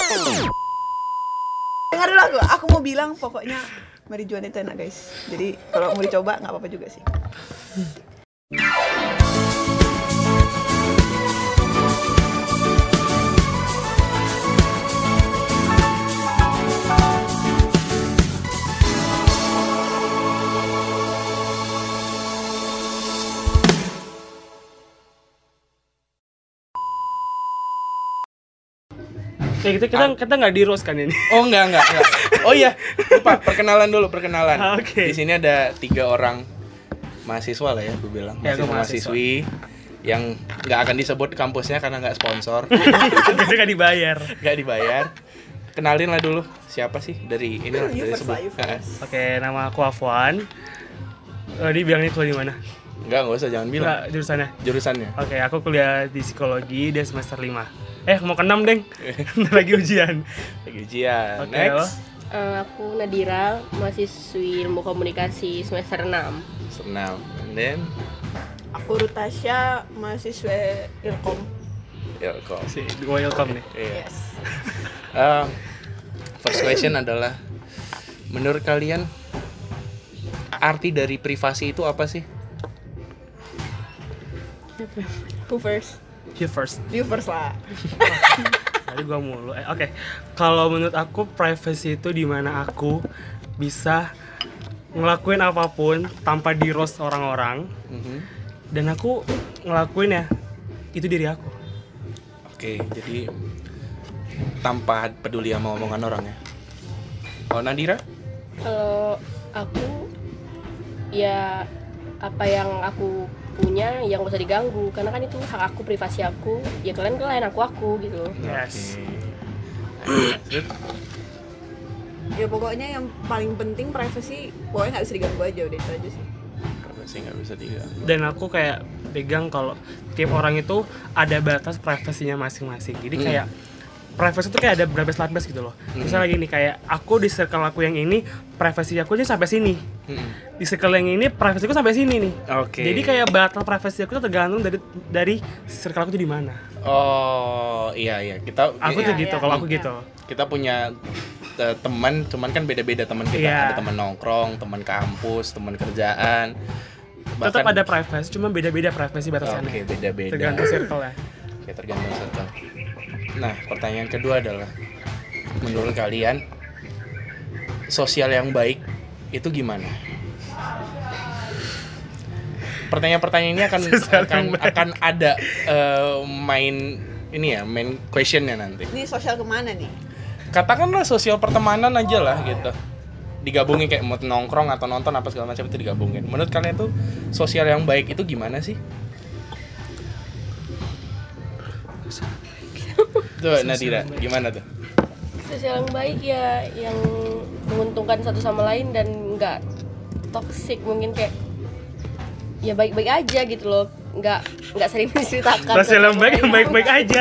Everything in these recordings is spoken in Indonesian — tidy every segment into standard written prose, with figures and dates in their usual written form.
Dengar dulu aku mau bilang pokoknya marijuana itu enak guys. Jadi kalau mau dicoba nggak apa-apa juga sih. Kita nggak di roast kan ini? Oh enggak. Oh iya, lupa perkenalan dulu. Oke. Di sini ada 3 orang mahasiswa lah ya, gue bilang. Mahasiswi yang nggak akan disebut kampusnya karena nggak sponsor. Jadi nggak dibayar. Nggak dibayar. Kenalin lah dulu siapa sih dari ini lah, dari sebut. Oke, nama aku Afwan. Dibilangnya kuliah di mana? Nggak usah, jangan bilang. Nggak, jurusannya. Oke, aku kuliah di psikologi dan semester 5. Mau ke 6, Deng. Lagi ujian. Okay, next. Aku Nadira, mahasiswi ilmu komunikasi semester 6. And then Aku Rutasya, mahasiswa Ilkom. Gue Ilkom nih. Yes. First question adalah, menurut kalian arti dari privasi itu apa sih? Who first? You first. You first lah. Tadi gua mulu. Oke. Kalau menurut aku privacy itu di mana aku bisa ngelakuin apapun tanpa di roast orang-orang. Dan aku ngelakuin ya itu diri aku. Oke, jadi tanpa peduli sama omongan orang ya. Kalau Nadira? Kalau aku ya apa yang aku punya yang gak usah diganggu, karena kan itu hak aku, privasi aku. Ya kalian aku gitu. Yes. Okay. Ya pokoknya yang paling penting privacy, pokoknya nggak bisa diganggu aja, udah itu aja sih. Privacy nggak bisa diganggu. Dan aku kayak pegang kalau tiap orang itu ada batas privasinya masing-masing. Jadi kayak privacy itu kayak ada berlapis-lapis gitu loh. Misalnya gini, kayak aku di circle aku yang ini privasi aku aja sampai sini. Di circle yang ini privasi aku sampai sini nih. Oke. Jadi kayak batas privasi aku tuh tergantung dari circle aku tuh di mana. Oh, iya. Aku tuh gitu, kalau aku gitu. Kita punya teman, cuman kan beda-beda teman kita. Ada teman nongkrong, teman kampus, teman kerjaan. Tetap ada privasi, cuma beda-beda privasi batasannya. Oke, beda-beda. Tergantung circle ya. Oke, tergantung circle. Nah, pertanyaan kedua adalah, menurut kalian sosial yang baik itu gimana? Pertanyaan-pertanyaan ini akan ada main questionnya nanti. Ini sosial kemana nih? Katakanlah sosial pertemanan aja lah gitu. Digabungin kayak mau nongkrong atau nonton apa segala macam itu digabungin. Menurut kalian tuh sosial yang baik itu gimana sih? Tuh Nadira, gimana tuh? Sosial yang baik ya yang menguntungkan satu sama lain dan nggak toksik, mungkin kayak ya baik-baik aja gitu loh, nggak sering menceritakan. Sosial yang baik yang baik-baik aja.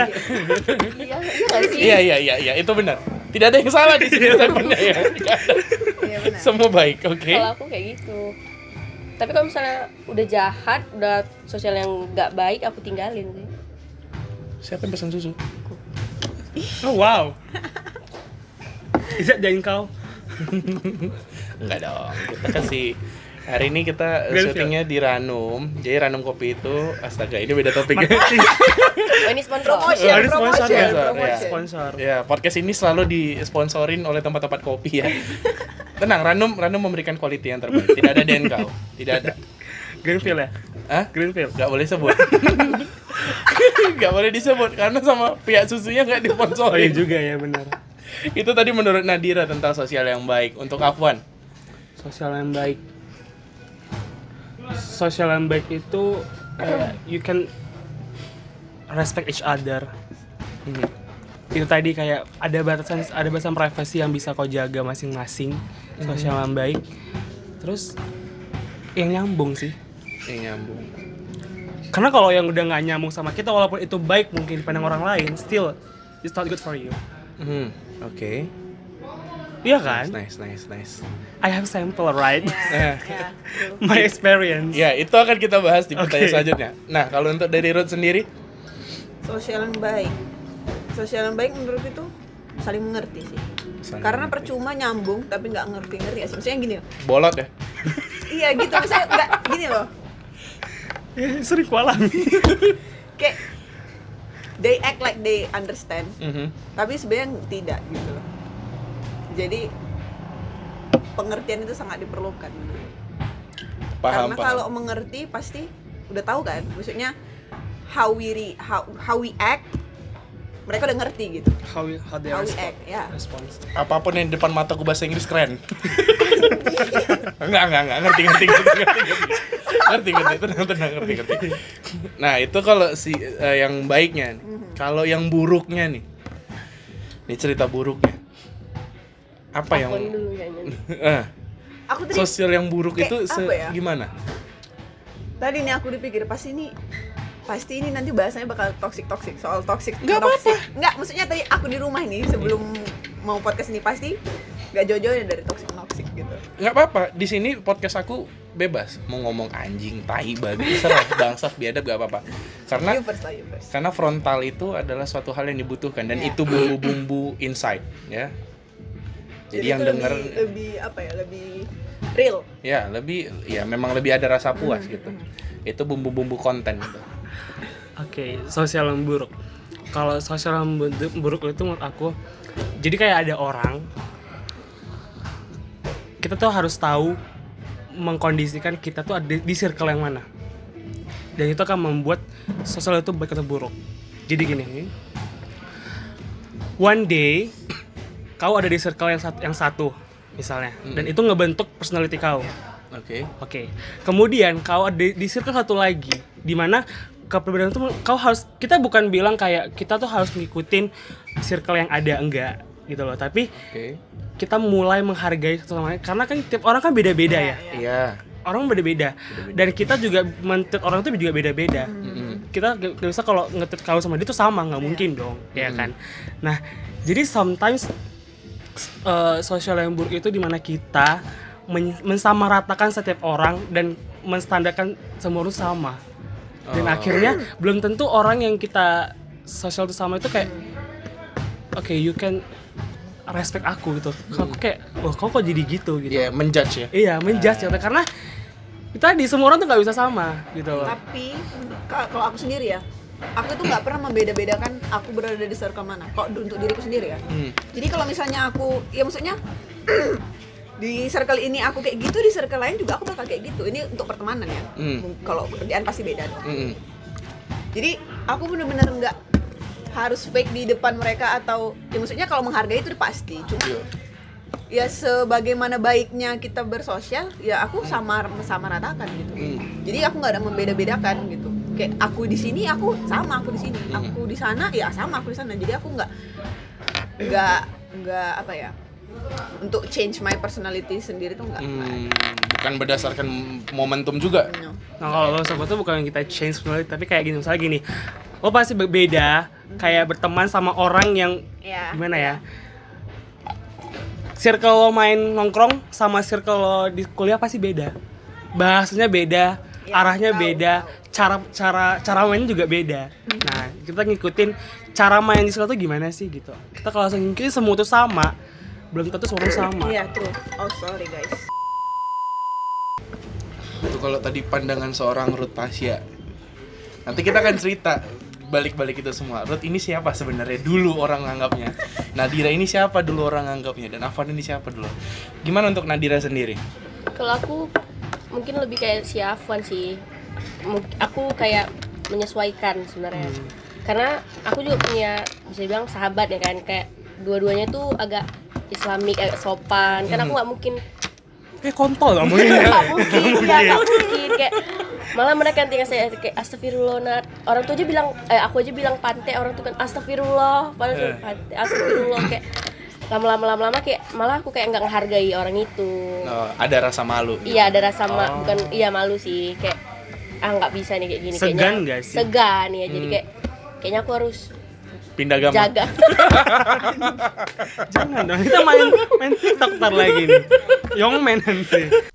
Iya, itu benar. Tidak ada yang salah di sini statementnya ya. Iya benar. Semua baik, oke. Kalau aku kayak gitu. Tapi kalau misalnya udah jahat, udah sosial yang nggak baik, aku tinggalin sih. Siapa yang pesan susu? Oh wow. Is that kau? Enggak dong. Kita kasih hari ini kita syutingnya di Ranum. Jadi Ranum Kopi itu, astaga, ini beda topiknya. Oh, ini sponsor. Sponsor. Ya, podcast ini selalu disponsorin oleh tempat-tempat kopi ya. Tenang, Ranum memberikan quality yang terbaik. Tidak ada kau. Tidak ada. Greenfield ya? Hah? Greenfield. Gak boleh sebut. Gak boleh disebut karena sama pihak susunya gak disponsori. Oh iya juga ya, benar. Itu tadi menurut Nadira tentang sosial yang baik. Untuk Afwan, Sosial yang baik itu you can respect each other. Itu tadi kayak ada batasan privasi yang bisa kau jaga masing-masing. Sosial yang baik. Terus yang nyambung sih. Karena kalau yang udah nggak nyambung sama kita, walaupun itu baik mungkin pandang orang lain, still it's not good for you. Oke. Iya kan? Nice. I have sample, right? Yeah. My experience. Ya, itu akan kita bahas di pertanyaan selanjutnya. Nah, kalau untuk dari Ruth sendiri? Sosial yang baik menurut itu saling mengerti sih. Saling Karena mengerti. percuma nyambung tapi nggak ngerti ya sih. Maksudnya gini loh. Bolot ya. Iya gitu, maksudnya nggak gini loh. Ya, sering kualami. Kayak they act like they understand, Mhm. tapi sebenarnya tidak gitu loh. Jadi pengertian itu sangat diperlukan. Paham, Karena paham. kalau mengerti pasti udah tahu kan, maksudnya how we act, mereka udah ngerti gitu. How they How we act, ya. response. Apapun yang di depan mataku bahasa Inggris keren. Enggak, ngerti. Ngerti, tenang, ngerti. Nah, itu kalau yang baiknya nih. Kalau yang buruknya nih. Ini cerita buruknya. Apa yang Telepon dulu kayaknya. Aku tadi sosial yang buruk kayak itu apa ya? gimana? Tadi nih aku dipikir pasti ini nanti bahasanya bakal toxic soal toxic. Nggak apa-apa. Nggak, maksudnya tadi aku di rumah nih sebelum mau podcast ini pasti nggak jauh-jauh dari toxic gitu. Nggak apa-apa. Di sini podcast aku bebas mau ngomong anjing, tai, babi, serah, bangsat, biadab gak apa-apa. Karena You first. karena frontal itu adalah suatu hal yang dibutuhkan dan Iya. itu bumbu-bumbu insight ya. Jadi yang itu denger lebih apa ya, lebih real. ya memang lebih ada rasa puas gitu. Itu bumbu-bumbu konten gitu. Oke, sosial yang buruk. Kalau sosial yang buruk itu menurut aku, jadi kayak ada orang, kita tuh harus tahu mengkondisikan kita tuh ada di circle yang mana. Dan itu akan membuat sosial itu baik atau buruk. Jadi gini, one day kau ada di circle yang satu misalnya, dan itu ngebentuk personality kau. Oke. Kemudian kau ada di circle satu lagi, di mana keperbedaan itu kita bukan bilang kayak kita tuh harus ngikutin circle yang ada, enggak gitu loh, tapi kita mulai menghargai satu sama lain karena kan tiap orang kan beda-beda ya. Iya. Orang beda-beda. Dan kita juga men-treat orang itu juga beda-beda. Kita gak bisa kalau nge-treat kau sama dia tuh sama, nggak mungkin dong, ya kan. Nah, jadi sometimes sosial yang buruk itu dimana kita mensamaratakan setiap orang dan menstandarkan semua orang sama. Dan akhirnya belum tentu orang yang kita sosial itu sama itu kayak oke, you can respect aku gitu. Aku kayak, wah kau kok jadi gitu gitu. Iya, menjudge ya. Iya, menjudge gitu. Karena tadi semua orang tuh nggak bisa sama gitu loh. Tapi kalau aku sendiri ya, aku tuh nggak pernah membeda-bedakan aku berada di circle mana. Kok untuk diriku sendiri ya. Jadi kalau misalnya aku, ya maksudnya di circle ini aku kayak gitu, di circle lain juga aku bakal kayak gitu. Ini untuk pertemanan ya. Kalau pekerjaan pasti beda dong. Jadi aku benar-benar nggak harus fake di depan mereka atau ya maksudnya kalau menghargai itu pasti. Cuma ya sebagaimana baiknya kita bersosial, ya aku sama ratakan gitu. Jadi aku nggak ada membeda-bedakan gitu. Kayak aku di sini, aku sama aku di sini. Aku di sana, ya sama aku di sana. Jadi aku nggak apa ya, untuk change my personality sendiri tuh nggak. Bukan berdasarkan momentum juga. Nah kalau aku tuh bukan kita change personality, tapi kayak gini, misalnya gini, lo pasti berbeda kayak berteman sama orang yang gimana ya, circle lo main nongkrong sama circle lo di kuliah pasti beda, bahasanya beda, arahnya beda, cara mainnya juga beda. Nah kita ngikutin cara main di sekolah tuh gimana sih gitu. Kita kalau langsung ngikutin semua tuh sama, belum tentu semua orang sama. Iya true. Oh sorry guys. Itu kalau tadi pandangan seorang Ruth Pasya. Nanti kita akan cerita balik-balik itu semua. Ruth ini siapa sebenarnya dulu orang nganggapnya. Nadira ini siapa dulu orang nganggapnya, dan Afwan ini siapa dulu. Gimana untuk Nadira sendiri? Kalau aku mungkin lebih kayak si Afwan sih. Aku kayak menyesuaikan sebenarnya. Karena aku juga punya, bisa dibilang sahabat ya kan, kayak dua-duanya tuh agak Islamik, agak sopan. Kan aku nggak mungkin Kontol gak mungkin. nggak mungkin kayak malah mereka nanti saya kayak astagfirullah, orang tuh aja bilang aku aja bilang pantai, orang tuh kan astagfirullah, padahal pantai, astagfirullah, kayak lama-lama kayak malah aku kayak nggak menghargai orang itu. Ada rasa malu. Iya ada rasa bukan malu sih, kayak nggak bisa nih kayak gini. Segan kayaknya nggak sih? Segan ya, jadi kayaknya aku harus Pindah agama. jaga. Jangan dong, kita main TikTok ntar lagi nih. Yongmen nanti.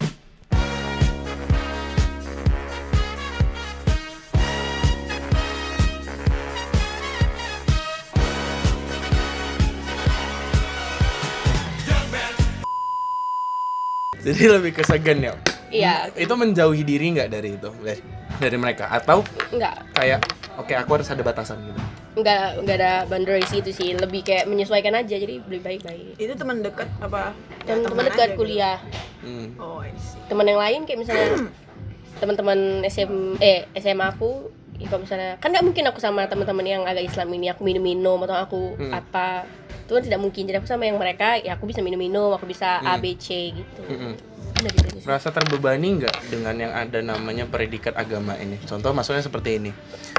Jadi lebih ke segan ya. Iya. Itu menjauhi diri nggak dari itu, dari mereka, atau Enggak. kayak oke aku harus ada batasan gitu? Enggak ada boundaries itu sih, lebih kayak menyesuaikan aja, jadi lebih baik-baik. Itu teman dekat apa? Dan teman aja dekat gitu? kuliah. Oh, I see. Teman yang lain kayak misalnya teman-teman SMA aku, ya kalau misalnya kan nggak mungkin aku sama teman-teman yang agak Islam ini aku minum-minum atau aku apa, itu kan tidak mungkin. Jadi aku sama yang mereka, ya aku bisa minum-minum, aku bisa A B C gitu. Udah gitu aja sih. Merasa terbebani nggak dengan yang ada namanya predikat agama ini? Contoh maksudnya seperti ini.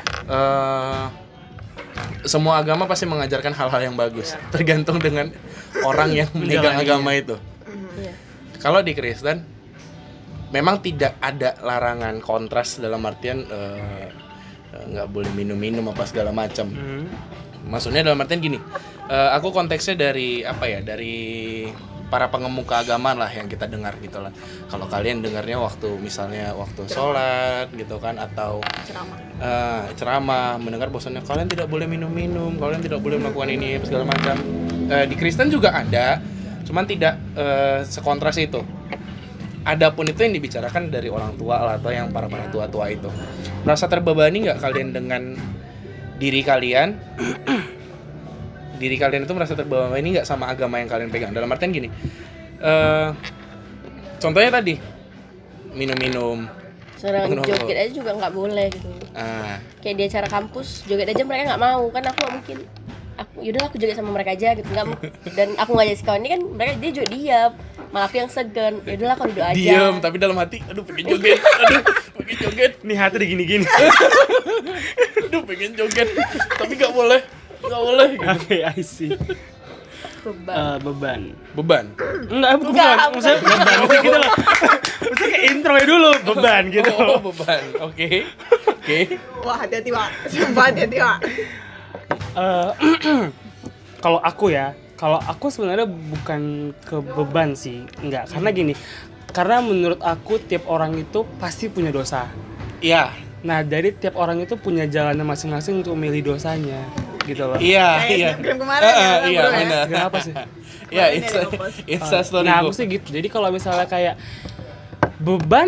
Semua agama pasti mengajarkan hal-hal yang bagus, tergantung dengan orang yang memegang agama itu. Iya. Kalau di Kristen memang tidak ada larangan kontras dalam artian nggak boleh minum-minum apa segala macam. Maksudnya dalam artian gini, aku konteksnya dari apa ya, dari para pengemuka agama lah yang kita dengar gitu lah. Kalau kalian dengarnya misalnya waktu sholat gitu kan, atau ceramah mendengar bahwasannya kalian tidak boleh minum-minum, kalian tidak boleh melakukan ini segala macam. Di Kristen juga ada, cuman tidak sekontras itu. Adapun itu yang dibicarakan dari orang tua lah, atau yang para tua-tua itu. Merasa terbebani nggak kalian dengan diri kalian? Diri kalian itu merasa terbebani nggak sama agama yang kalian pegang? Dalam artian gini, contohnya tadi minum-minum, Seorang joget aja juga nggak boleh gitu. Kayak di acara kampus joget aja mereka nggak mau, kan aku nggak mungkin. Yaudah aku joget sama mereka aja gitu, nggak. Dan aku ngajak si kawan ini kan, mereka dia juga diam, malah aku yang segan. Yaudahlah aku duduk aja. Diam tapi dalam hati, aduh pengen joget, pengen joget. Nih hati udah gini-gini. Aduh pengen joget, tapi nggak boleh gitu. Oke, I see. Beban. Beban. Enggak, bukan. Maksudnya beban gitu loh. Maksudnya kayak intro dulu, beban gitu. Oh, beban. Oke. Wah, hati-hati, Wak. Sumpah hati-hati, Wak. Kalau aku sebenarnya bukan ke beban sih, enggak. Karena gini, karena menurut aku tiap orang itu pasti punya dosa. Iya. Nah, dari tiap orang itu punya jalannya masing-masing untuk memilih dosanya, gitu loh. Iya. Kayak kemarin ya, Iya, bro, ya. benar. Kenapa sih? Iya, Kemarin ada ngepost. Insta story Nah, gua. aku sih gitu. Jadi kalau misalnya kayak beban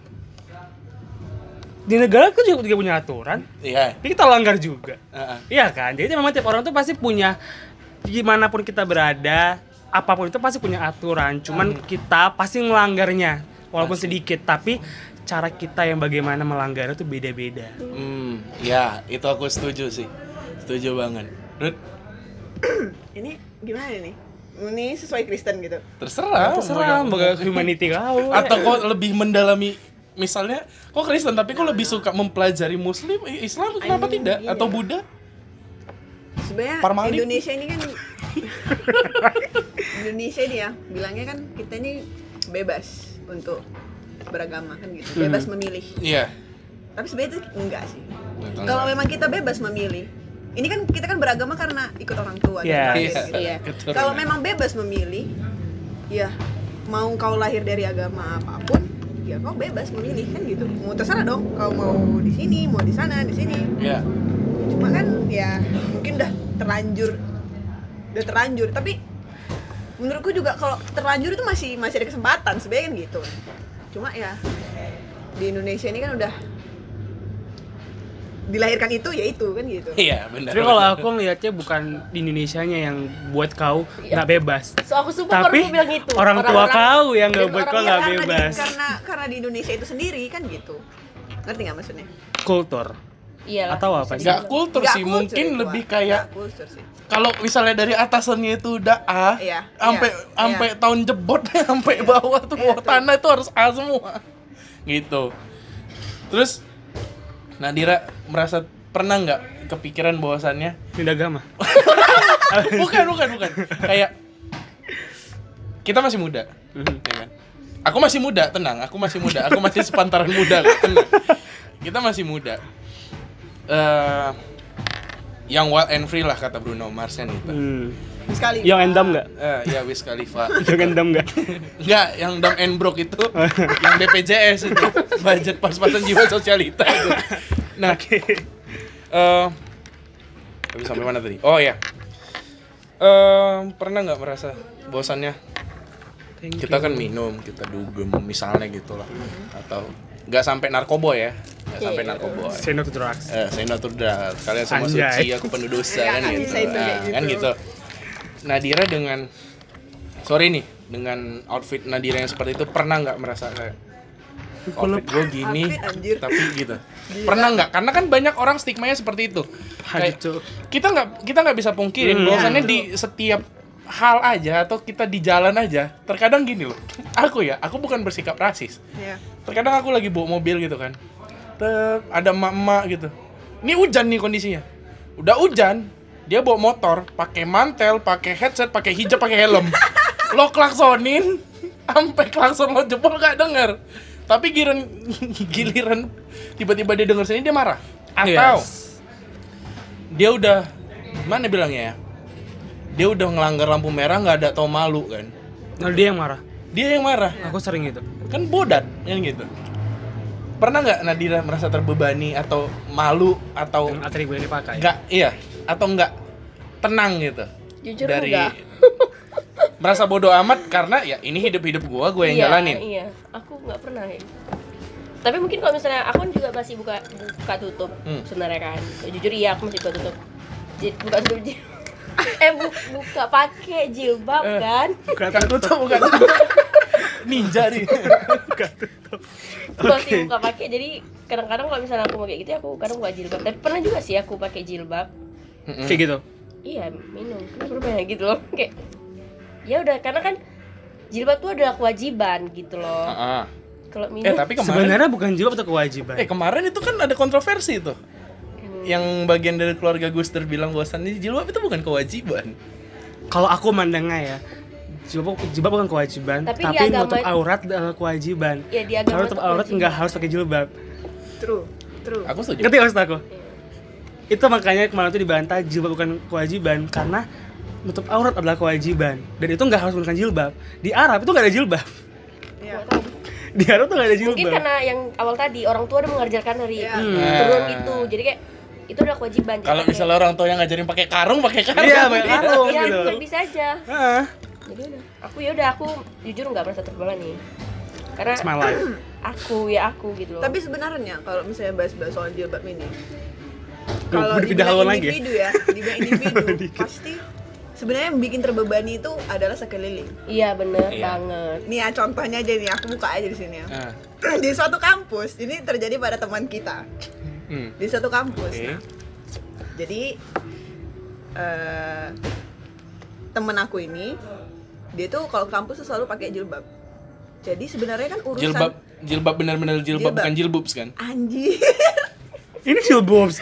di negara itu juga punya aturan, Iya. tapi kita langgar juga. Heeh. Iya kan? Jadi memang tiap orang tuh pasti punya, gimana pun kita berada, apapun itu pasti punya aturan. Cuman kita pasti melanggarnya, walaupun sedikit. Tapi cara kita yang bagaimana melanggar itu beda-beda. Ya, itu aku setuju sih. Setuju banget. Ruth, Ini gimana nih? Ini sesuai Kristen gitu. terserah. Terserah, bagai humanity kau. Atau kok lebih mendalami, misalnya kok Kristen tapi kok lebih suka mempelajari Muslim, Islam kenapa I mean, tidak? iya. Atau Buddha? Sebenarnya Parmalin. Indonesia ini kan Indonesia ini ya bilangnya kan kita ini bebas untuk beragama kan gitu, bebas memilih. Iya. Tapi sebenarnya itu enggak sih. Kalau memang kita bebas memilih, ini kan kita kan beragama karena ikut orang tua Iya. dan Iya. gitu. Iya. Betul. Kalau memang bebas memilih, ya mau kau lahir dari agama apapun, ya kau bebas memilih kan gitu. Mau terserah dong, kau mau di sini, mau di sana, di sini. Iya. Cuma kan ya mungkin udah terlanjur. Tapi menurutku juga kalau terlanjur itu masih ada kesempatan sebenarnya kan gitu. Cuma ya di Indonesia ini kan udah dilahirkan itu ya itu kan gitu. Iya, benar. Tapi kalau aku ngelihatnya bukan di Indonesianya yang buat kau nggak bebas. So aku suka Tapi baru bilang itu. orang tua kau yang nggak dan buat kau orang nggak Iya, bebas. karena di Indonesia itu sendiri kan gitu. Ngerti nggak maksudnya? Kultur. Iyalah. Atau apa sih? Nggak kultur Nggak sih, kultur mungkin itu, lebih Wak. kayak Nggak kultur sih. kalau misalnya dari atasannya itu udah A, Iya, sampai iya. tahun jebot sampai bawah tuh bawah Iya, tuh. tanah itu harus A semua. Gitu. Terus Nadira merasa pernah nggak kepikiran bahwasannya Pindah agama. bukan. Kayak kita masih muda, ya kan? Aku masih muda, tenang. Aku masih muda. Aku masih sepantaran muda, tenang. Kita masih muda. Yang wild and free lah kata Bruno Mars kan itu. Sekali. Yang endam nggak? Ya Wiz Khalifa. Yang endam nggak? Enggak, yang Dumb and Broke itu yang BPJS itu, budget pas-pasan jiwa sosialita itu. Nah, tapi sampai mana tadi? Oh ya. Pernah nggak merasa bosannya? kita kan minum, kita dugem misalnya gitulah, atau nggak sampai narkoboy ya, nggak sampai narkoboy. Say no to drugs. Say no to drugs. Kalian semua Anjay. suci, aku penuh dosa Ya, kan kan gitu. bisa itu kayak Nah, kan gitu. Nadira dengan outfit Nadira yang seperti itu pernah nggak merasa kayak outfit gue gini, Outfit, anjir. tapi gitu. Pernah nggak? Karena kan banyak orang stigmanya seperti itu. Kayak, Gitu. kita nggak bisa pungkirin bahwasannya di setiap hal aja atau kita di jalan aja terkadang gini loh. Aku bukan bersikap rasis. Iya. Terkadang aku lagi bawa mobil gitu kan, ada emak-emak gitu. Ini hujan nih kondisinya. Udah hujan, dia bawa motor, pakai mantel, pakai headset, pakai hijab, pakai helm. Lo klaksonin, sampai klakson lo jebol gak denger. Tapi giliran tiba-tiba dia denger sini dia marah. Atau dia udah mana bilangnya ya? Dia udah ngelanggar lampu merah nggak ada tau malu kan? Nah, dia yang marah. Dia yang marah. Aku sering gitu. Kan bodat kan gitu. Pernah nggak Nadira merasa terbebani atau malu atau Yang atribut yang dipakai. nggak atau nggak tenang gitu Jujur dari enggak. merasa bodoh amat karena ya ini hidup gua yang jalanin. Iya, aku nggak pernah ya. Tapi mungkin kalau misalnya aku kan juga masih buka tutup sebenarnya kan. Jujur iya aku masih buka tutup. Buka tutup buka pakai jilbab kan. Bukan tutup. Ninja nih. Masih buka pakai. Jadi kadang-kadang kalau misalnya aku mau kayak gitu aku kadang buka jilbab. Tapi pernah juga sih aku pakai jilbab. Kayak gitu. Iya, minum. Kenapa banyak gitu loh. Kayak ya udah karena kan jilbab tuh adalah kewajiban gitu loh. Kalau minum Tapi kemarin Sebenarnya bukan jilbab atau kewajiban. kemarin itu kan ada kontroversi tuh. Yang bagian dari keluarga Guster bilang bahwasannya jilbab itu bukan kewajiban. Kalau aku mandangnya ya, jilbab bukan kewajiban, Tapi tapi di agama- nutup aurat adalah kewajiban. ya di agama Kalau nutup tuh aurat kewajiban. nggak harus pakai jilbab. True. Aku setuju. Ngerti maksud aku? Itu makanya kemarin tuh dibantah jilbab bukan kewajiban karena nutup aurat adalah kewajiban dan itu nggak harus menggunakan jilbab. Di Arab itu nggak ada jilbab. Iya. Nggak tahu. Di Arab tuh nggak ada jilbab. Mungkin karena yang awal tadi orang tua udah mengajarkan dari Iya. turun gitu. Jadi kayak itu udah kewajiban. Kalau Jadi misalnya orang tua yang ngajarin pakai karung. Iya, pakai karung ya gitu. kan bisa aja. Heeh. Jadi udah aku jujur nggak merasa terbebani karena It's my life. aku gitu loh. Tapi sebenarnya kalau misalnya bahas-bahas soal jilbab ini, Kalau kalau pindah dibilang haluan lagi ya? individu ya, dibilang individu pasti sebenarnya yang bikin terbebani itu adalah sekeliling. Iya bener Iya. banget. Nih ya contohnya aja nih, aku buka aja di sini ya. Ah. Di suatu kampus, ini terjadi pada teman kita. Di suatu kampus. Oke. Nah, jadi temen aku ini, dia tuh kalau kampus tuh selalu pakai jilbab. Jadi sebenarnya kan urusan Jilbab benar-benar jilbab, Jilbab. bukan jilbubs kan? anjir. Ini jilbabs.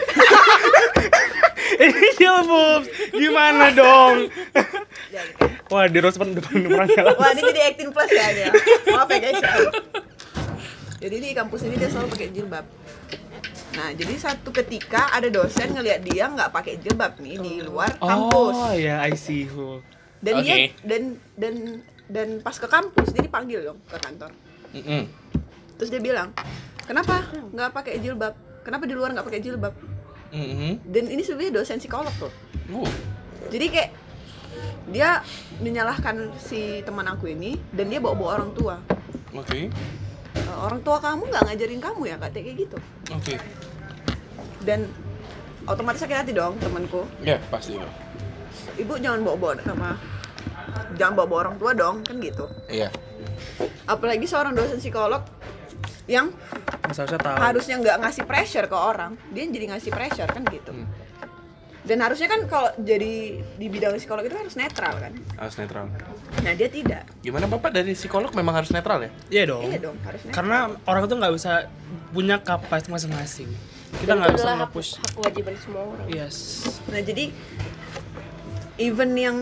Ini jilbabs. Gimana dong? Ya, gitu. Wah, di depan orangnya lah. Wah, ini jadi 18 plus ya dia. Maaf ya guys. Ya. Jadi di kampus ini dia selalu pakai jilbab. Nah, jadi satu ketika ada dosen ngelihat dia nggak pakai jilbab nih di luar kampus. Oh ya, I see. Dan dia Oke. dan pas ke kampus dia dipanggil dong ke kantor. Terus dia bilang, "Kenapa nggak pakai jilbab? Kenapa di luar nggak pakai jilbab?" Dan ini sebenarnya dosen psikolog loh. Jadi kayak dia menyalahkan si teman aku ini dan dia bawa orang tua. Oke. Orang tua kamu nggak ngajarin kamu ya kayak gitu. Oke. Dan otomatis sakit hati dong temanku. Ya, pasti. Ibu jangan bawa orang tua dong, kan gitu. Iya. Apalagi Apalagi seorang dosen psikolog yang Seharusnya tahu. harusnya nggak ngasih pressure ke orang, dia jadi ngasih pressure kan gitu. Dan harusnya kan kalau jadi di bidang psikolog itu harus netral kan. Harus netral. Nah dia tidak. Gimana Bapak dari psikolog memang harus netral ya? Iya dong. Iya dong harus netral. Karena orang itu nggak bisa punya kapasitas masing-masing. Kita Dan nggak itu bisa adalah nge-push. hak kewajiban semua orang. Yes. Nah jadi even yang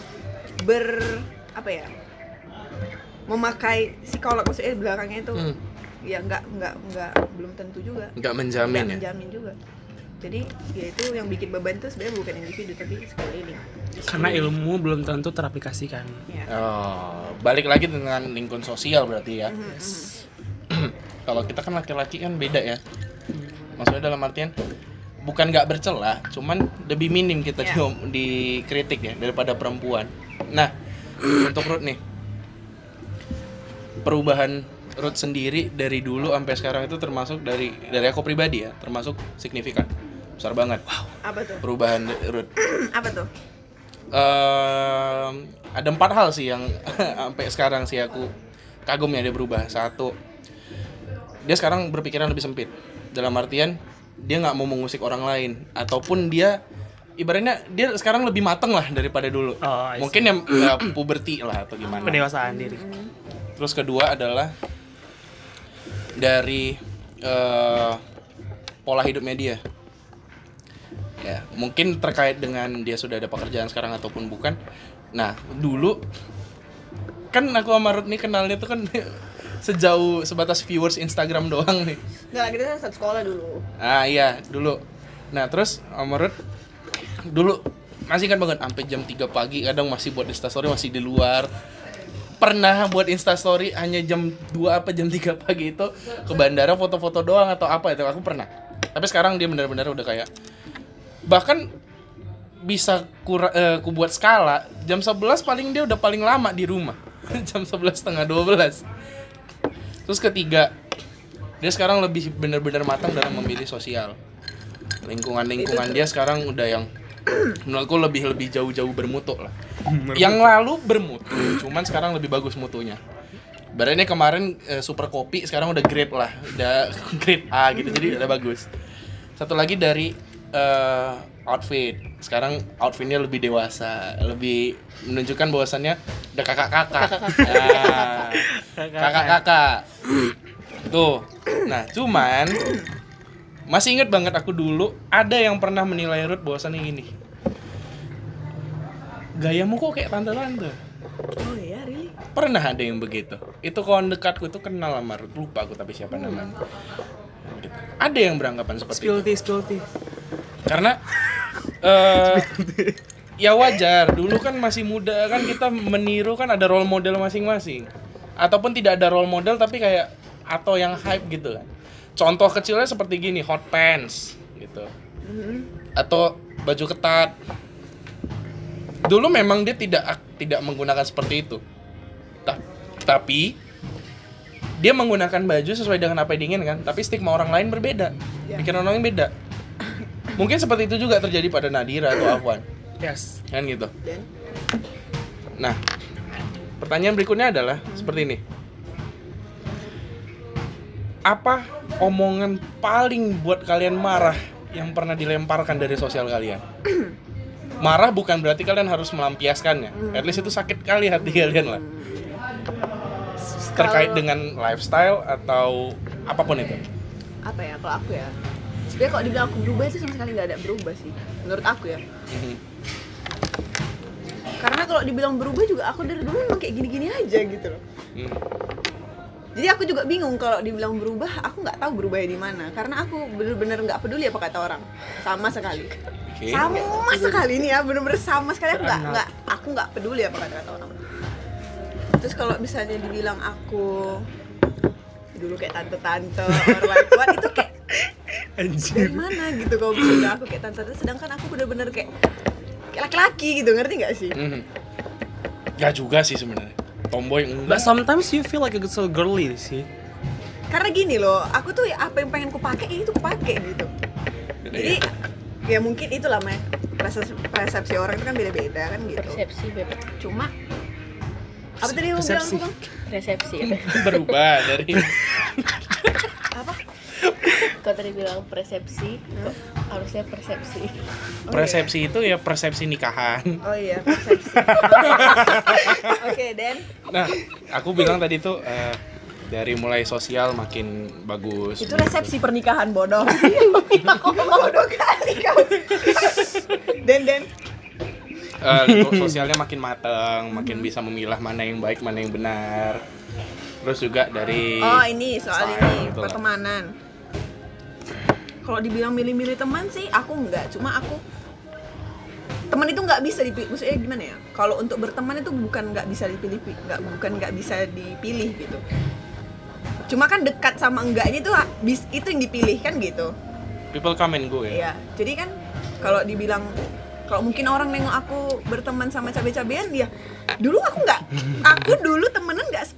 memakai psikolog maksudnya di belakangnya itu ya nggak belum tentu juga. Nggak menjamin Nggak ya? menjamin juga. Jadi ya itu yang bikin beban itu sebenarnya bukan individu tapi sekeliling. Karena ilmu belum tentu teraplikasikan. Ya. Oh, balik lagi dengan lingkungan sosial berarti ya. Kalau kita kan laki-laki kan beda ya. Maksudnya dalam artian bukan nggak bercela, cuman lebih minim kita dikritik ya daripada perempuan. Nah, untuk Ruth nih, perubahan Ruth sendiri dari dulu sampai sekarang itu termasuk dari aku pribadi ya, termasuk signifikan, besar banget. Wow. Apa tuh? Perubahan Ruth. Apa tuh? Ada 4 hal sih yang sampai sekarang sih aku kagum ya dia berubah. 1, dia sekarang berpikiran lebih sempit. Dalam artian dia nggak mau mengusik orang lain, ataupun dia ibaratnya dia sekarang lebih mateng lah daripada dulu. Mungkin yang puberti lah atau gimana. Pendewasaan diri. Terus kedua adalah dari pola hidupnya dia. Ya, mungkin terkait dengan dia sudah ada pekerjaan sekarang ataupun bukan. Nah, dulu kan aku sama Ruth nih kenalnya tuh kan sejauh sebatas viewers Instagram doang nih. Nggak, kita satu sekolah dulu. Iya, dulu. Nah, terus sama Ruth dulu masih kan banget sampai jam 3 pagi kadang masih buat instastory, masih di luar. Pernah buat instastory hanya jam 2 apa jam 3 pagi itu ke bandara foto-foto doang atau apa itu aku pernah. Tapi sekarang dia benar-benar udah kayak bahkan bisa ku buat skala jam 11 paling dia udah paling lama di rumah. Jam 11:30, 12. Terus ketiga, dia sekarang lebih benar-benar matang dalam memilih sosial. Lingkungan dia sekarang udah yang menurutku lebih jauh-jauh bermutu lah. Yang lalu bermutu, cuman sekarang lebih bagus mutunya. Badannya kemarin super kopi, sekarang udah grade lah, udah grade A gitu, jadi udah bagus. Satu lagi dari outfit, sekarang outfitnya lebih dewasa, lebih menunjukkan bahwasannya udah kakak-kakak. Kakak-kakak. Tuh. Nah, cuman masih inget banget aku dulu ada yang pernah menilai Ruth bahwasannya gini. Gayamu kok kayak tante-tante. Oh iya, really? Pernah ada yang begitu. Itu kawan dekatku itu kenal sama Ruth, lupa aku tapi siapa namanya. Gitu. Ada yang beranggapan seperti itu. Spill tea. Karena ya wajar, dulu kan masih muda kan kita meniru kan ada role model masing-masing. Ataupun tidak ada role model tapi kayak atau yang hype gitu kan. Contoh kecilnya seperti gini, hot pants gitu. Atau baju ketat. Dulu memang dia tidak menggunakan seperti itu. Tapi dia menggunakan baju sesuai dengan apa yang diinginkan, tapi stigma orang lain berbeda. Pikiran orang lain beda. Mungkin seperti itu juga terjadi pada Nadira atau Afwan. Yes. Kan gitu. Nah, pertanyaan berikutnya adalah seperti ini. Apa omongan paling buat kalian marah yang pernah dilemparkan dari sosial kalian? Marah bukan berarti kalian harus melampiaskannya. At least itu sakit kali hati kalian lah. Terkait dengan lifestyle atau apapun itu. Apa ya, kalau aku ya, sebenarnya kalau dibilang aku berubah itu sama sekali nggak ada berubah sih, menurut aku ya. Karena kalau dibilang berubah juga aku dari dulu memang kayak gini-gini aja gitu loh. Jadi aku juga bingung kalau dibilang berubah, aku nggak tahu berubahnya di mana. Karena aku bener-bener nggak peduli apa kata orang, sama sekali. Sama sekali nih ya, bener-bener sama sekali aku nggak peduli apa kata orang. Terus kalau misalnya dibilang aku dulu kayak tante-tante or like what, itu kayak dari mana gitu kalau misalnya aku kayak tante-tante, sedangkan aku bener-bener kayak laki-laki gitu, ngerti nggak sih? Gak juga sih sebenarnya, tomboy enggak. But sometimes you feel like a so girly sih. Karena gini loh, aku tuh apa yang pengen ku pakai itu ku pakai gitu. Jadi ya mungkin itulah persepsi orang itu kan beda-beda kan gitu. Persepsi bebek. Cuma apa tadi yang bilang aku bang? Persepsi. Berubah dari Apa? Kau tadi bilang persepsi, kok harusnya persepsi. persepsi itu ya persepsi nikahan. Oh iya, persepsi. Oke, Dan. Nah, aku bilang tadi tuh dari mulai sosial makin bagus. Itu resepsi pernikahan, bodoh. Aku mau 2 kali kau. Dan. Sosialnya makin matang, makin bisa memilah mana yang baik, mana yang benar. Terus juga dari ini soal ini gitu pertemanan. Kalau dibilang milih-milih teman sih aku enggak, cuma aku teman itu nggak bisa dipilih. Maksudnya gimana ya? Kalau untuk berteman itu bukan nggak bisa dipilih, nggak bisa dipilih gitu. Cuma kan dekat sama enggaknya itu yang dipilih kan gitu. People come and go ya. Iya. Jadi kan kalau dibilang, kalau mungkin orang nengok aku berteman sama cabe-cabean, ya dulu aku dulu temenan nggak pas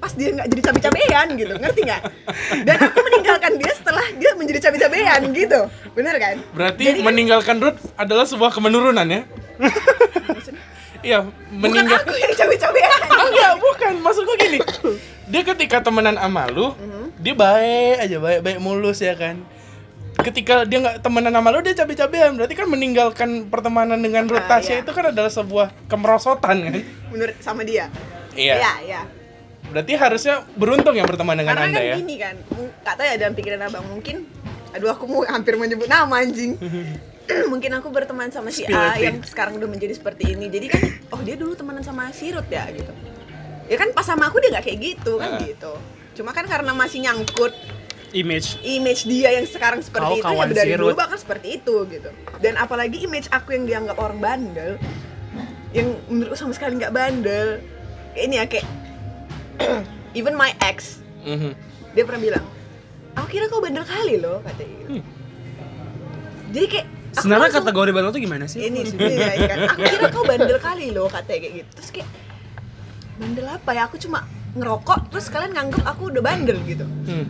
pas dia nggak jadi cabe-cabean gitu, ngerti nggak? Dan aku meninggalkan dia setelah dia menjadi cabe-cabean gitu, bener kan? Berarti Jadi kan- meninggalkan Ruth adalah sebuah kemenurunan ya? Iya, bukan meninggal. aku yang cabe-cabean. Enggak, bukan. Maksudku gini. Dia ketika temenan sama lu, dia baik aja, baik mulus ya kan. Ketika dia nggak temenan sama lu, dia cabe-cabean. Berarti kan meninggalkan pertemanan dengan Ruth Tasya iya. itu kan adalah sebuah kemerosotan kan? Menurut sama dia. Iya. Iya. Berarti harusnya beruntung yang berteman dengan Karena Anda kan ya. gini kan, nggak tahu ya dalam pikiran abang mungkin, aduh aku mau hampir menyebut nama anjing. Mungkin aku berteman sama si A yang sekarang udah menjadi seperti ini. Jadi kan, oh dia dulu temenan sama si Ruth ya gitu. Ya kan pas sama aku dia nggak kayak gitu kan gitu. Cuma kan karena masih nyangkut image dia yang sekarang seperti Kau itu ya kawan dari si dulu Ruth. bakal seperti itu gitu. Dan apalagi image aku yang dianggap orang bandel, yang menurutku sama sekali nggak bandel. Kayak ini ya kayak even my ex Mhm. dia pernah bilang, aku kira kau bandel kali loh katanya gitu. Jadi kayak aku Sebenarnya langsung, kategori bandel tuh gimana sih? ini sebenarnya ya kan, aku kira kau bandel kali loh katanya kayak gitu. Terus kayak bandel apa ya, aku cuma ngerokok terus kalian nganggep aku udah bandel gitu.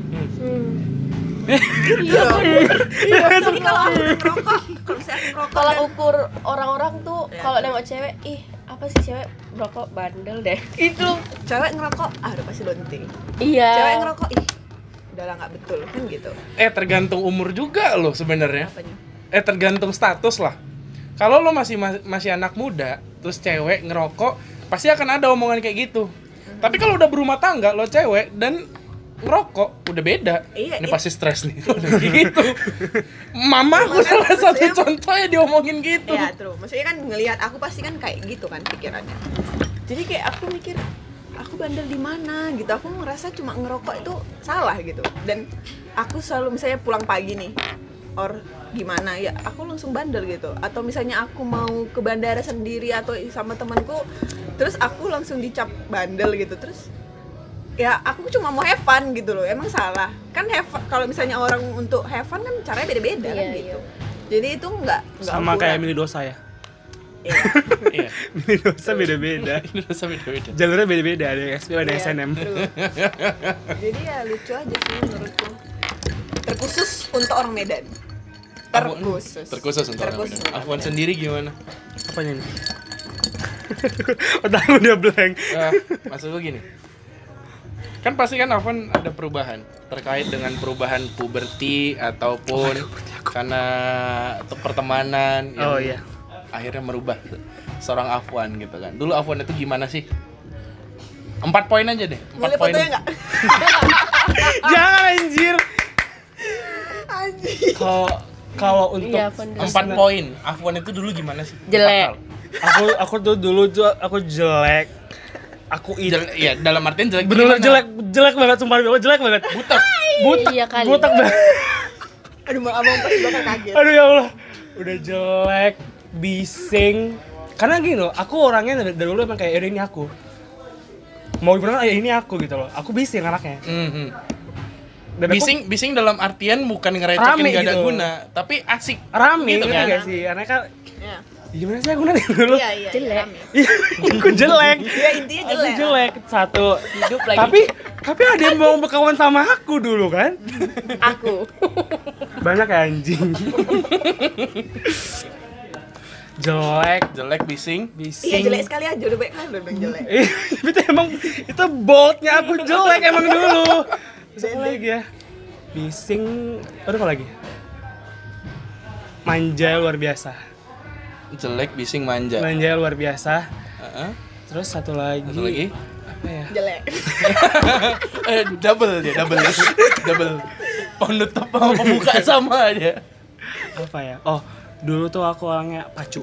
Iya. Jadi kalau aku ngerokok, kalau misalnya aku ngerokok Kalau dan- ukur orang-orang tuh Ya. kalau nengok cewek, ih apa sih cewek merokok bandel deh. Itu. cewek ngerokok, udah pasti lonting. Iya. Cewek ngerokok, ih udahlah nggak betul kan gitu. Tergantung umur juga loh sebenarnya. Apanya? Tergantung status lah. Kalau lo masih anak muda, terus cewek ngerokok, pasti akan ada omongan kayak gitu. Tapi kalau udah berumah tangga, lo cewek dan ngerokok, udah beda. Iya, Ini iya. pasti stres nih. Udah gitu. Mama aku Makanya salah satu maksudnya- contohnya diomongin gitu. Iya, true. Maksudnya kan ngelihat aku pasti kan kayak gitu kan pikirannya. Jadi kayak aku mikir, aku bandel di mana gitu. Aku ngerasa cuma ngerokok itu salah gitu. Dan aku selalu misalnya pulang pagi nih, or gimana ya, aku langsung bandel gitu. Atau misalnya aku mau ke bandara sendiri atau sama temanku, terus aku langsung dicap bandel gitu. Terus ya aku cuma mau have fun gitu loh. Emang salah kan kalau misalnya orang untuk have fun kan caranya beda-beda kan Iya, gitu. Jadi itu enggak Sama kayak milih dosa ya. Iya. Milih dosa beda-beda. Ini rasa beda-beda. Jalurnya beda-beda, ada yang SP, ada yang Iya, SNM. true. Jadi ya lucu aja sih menurutku. Terkhusus untuk orang Medan. Terkhusus. Terkhusus untuk orang Terkhusus Medan. untuk Afwan orang sendiri gimana? Apanya nih? Otak udah blank. Maksud gue gini. Kan pasti kan Afwan ada perubahan terkait dengan perubahan puberti ataupun karena pertemanan yang Oh iya. akhirnya merubah seorang Afwan gitu kan. Dulu Afwan itu gimana sih? 4 poin aja deh. 4 Boleh poin. fotonya nggak? Jangan anjir. Anjir. Kalau untuk Iya, Fon. 4 poin. Afwan itu dulu gimana sih? Jelek. aku tuh dulu tuh aku jelek. Aku Iya, dalam artian jelek. bener-bener gimana? jelek banget, sumpah jelek banget. Butak. Iya kali. Butak banget. Aduh, mau abang pas bakal kaget. Aduh ya Allah. Udah jelek, bising. Karena gini loh, aku orangnya dari dulu emang kayak ini aku. Mau gimana ini aku gitu loh. Aku bising anaknya. Mhm. Dan aku Bising dalam artian bukan ngerecekin Rame gak ada gitu. guna, tapi asik. rame Gitu gitu kan? gak sih? Karena kan Ya. gimana sih aku nanti dulu? Iya, iya. Jelek. rame. Iya, aku jelek. Iya, intinya Aku jelek. jelek satu. Hidup lagi. Tapi ada yang mau berkawan sama aku dulu kan? Aku. Banyak ya anjing. Jelek, bising. Iya, jelek sekali aja udah baik kan udah bilang jelek. Itu emang itu boldnya aku jelek emang dulu. Terus apa lagi ya? Bising. Aduh apa lagi? Manja luar biasa. Jelek, bising, manja. Manja luar biasa. Heeh. Terus satu lagi. Satu lagi. Apa ya? Jelek. Double dia, double. Penutup sama pembuka sama aja. Apa ya? Oh, dulu tuh aku orangnya pacu,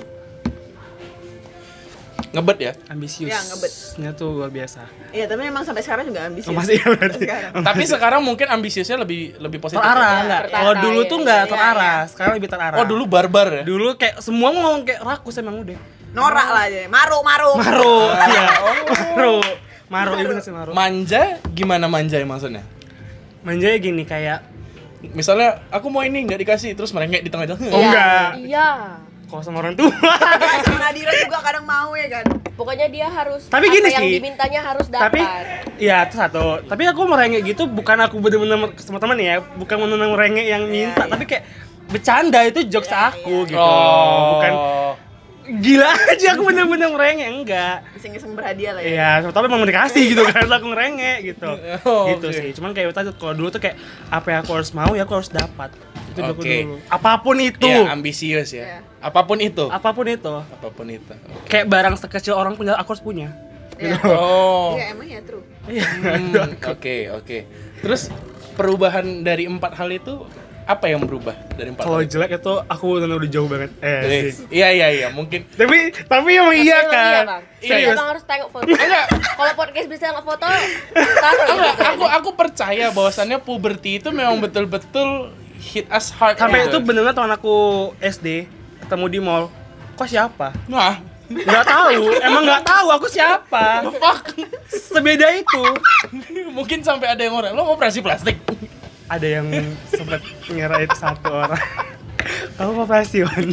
Ngebet ya. ambisius. Ya, ngebet. Nya tuh luar biasa. Iya, tapi memang sampai sekarang juga ambisius. Oh, masih ya berarti. Sekarang. Tapi sekarang mungkin ambisiusnya lebih positif. Terarah Ya, enggak? terarah, Kalau dulu iya, tuh enggak iya, terarah, sekarang lebih terarah. Oh, dulu barbar ya. Dulu kayak semua ngomong kayak rakus emang udah. Norak lah aja. Maru. Maru, iya. Maru, iya bener sih maru. Manja gimana manja ya maksudnya? Manjanya gini kayak Misalnya aku mau ini nggak dikasih terus merengek di tengah jalan. Oh, enggak. Iya. Kalau sama orang tua. Sama Nadira juga kadang mau ya kan. Pokoknya dia harus Tapi gini apa yang sih, dimintanya harus Tapi dapat. ya itu satu. Tapi aku merengek gitu bukan aku bener-bener sama teman ya, bukan bener-bener merengek yang minta, Iya. tapi kayak bercanda itu jokes aku gitu. Oh. Bukan gila aja aku bener-bener merengek, enggak. Iseng-iseng berhadiah lah ya. Iya, tapi emang dikasih gitu kan, aku ngerengek gitu. Oh, Gitu oke. sih. Cuman kayak tadi kalau dulu tuh kayak apa yang aku harus mau ya aku harus dapat. Itu aku Oke. dulu. Apapun itu. Ya, ambisius ya. Iya. Apapun itu. Apapun itu. Apapun itu. Kayak barang sekecil orang punya aku harus punya. Iya. Oh. Iya, emang ya true. Iya. Oke. Terus perubahan dari 4 hal itu apa yang berubah dari 4 Kalau hal? jelek itu aku benar udah jauh banget. Sih. Iya, mungkin. Tapi emang iya Tapi emang kan. Bang. Iya, Jadi Serius. abang harus tengok foto. Enggak. Kalau podcast bisa nggak foto, satu. Enggak, aku percaya bahwasannya puberti itu memang betul-betul hit us hard. Sampai gitu. itu bener-bener teman aku SD ketemu di mall. Kok siapa? Nah, Nggak tahu. Emang nggak tahu aku siapa. fuck. Sebeda itu. Mungkin sampai ada yang orang, lo operasi plastik. Ada yang sempat ngira itu satu orang. Aku operasi Wan.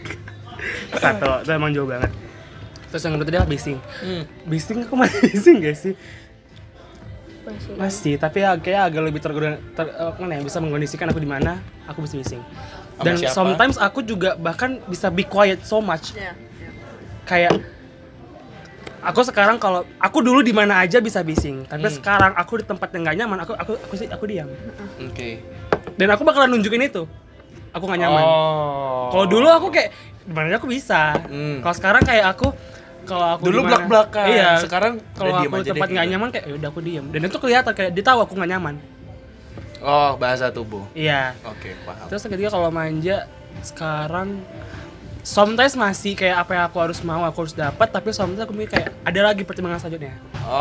Satu, itu emang jauh banget. Terus yang kedua dia bising. Bising aku masih bising gak sih? Masih, tapi kayak agak lebih bisa mengkondisikan aku di mana aku bisa bising. Sama Dan siapa? sometimes aku juga bahkan bisa be quiet so much. Iya. Kayak aku sekarang kalau aku dulu di mana aja bisa bising, tapi sekarang aku di tempat yang gak nyaman, aku diam. Oke. Dan aku bakalan nunjukin itu. Aku gak nyaman. Oh. Kalau dulu aku kayak di mana aja aku bisa. Kalau sekarang kayak kalau aku Dulu dimana- blak-blakan, Iya. sekarang kalau udah aku diem di aja tempat deh, nggak gitu. nyaman kayak yaudah aku diam. Dan itu kelihatan kayak dia tahu aku nggak nyaman. Oh, bahasa tubuh. Iya. Oke, paham. Terus yang ketiga kalau manja sekarang sometimes masih kayak apa yang aku harus mau aku harus dapat, tapi sometimes aku mikir kayak ada lagi pertimbangan selanjutnya.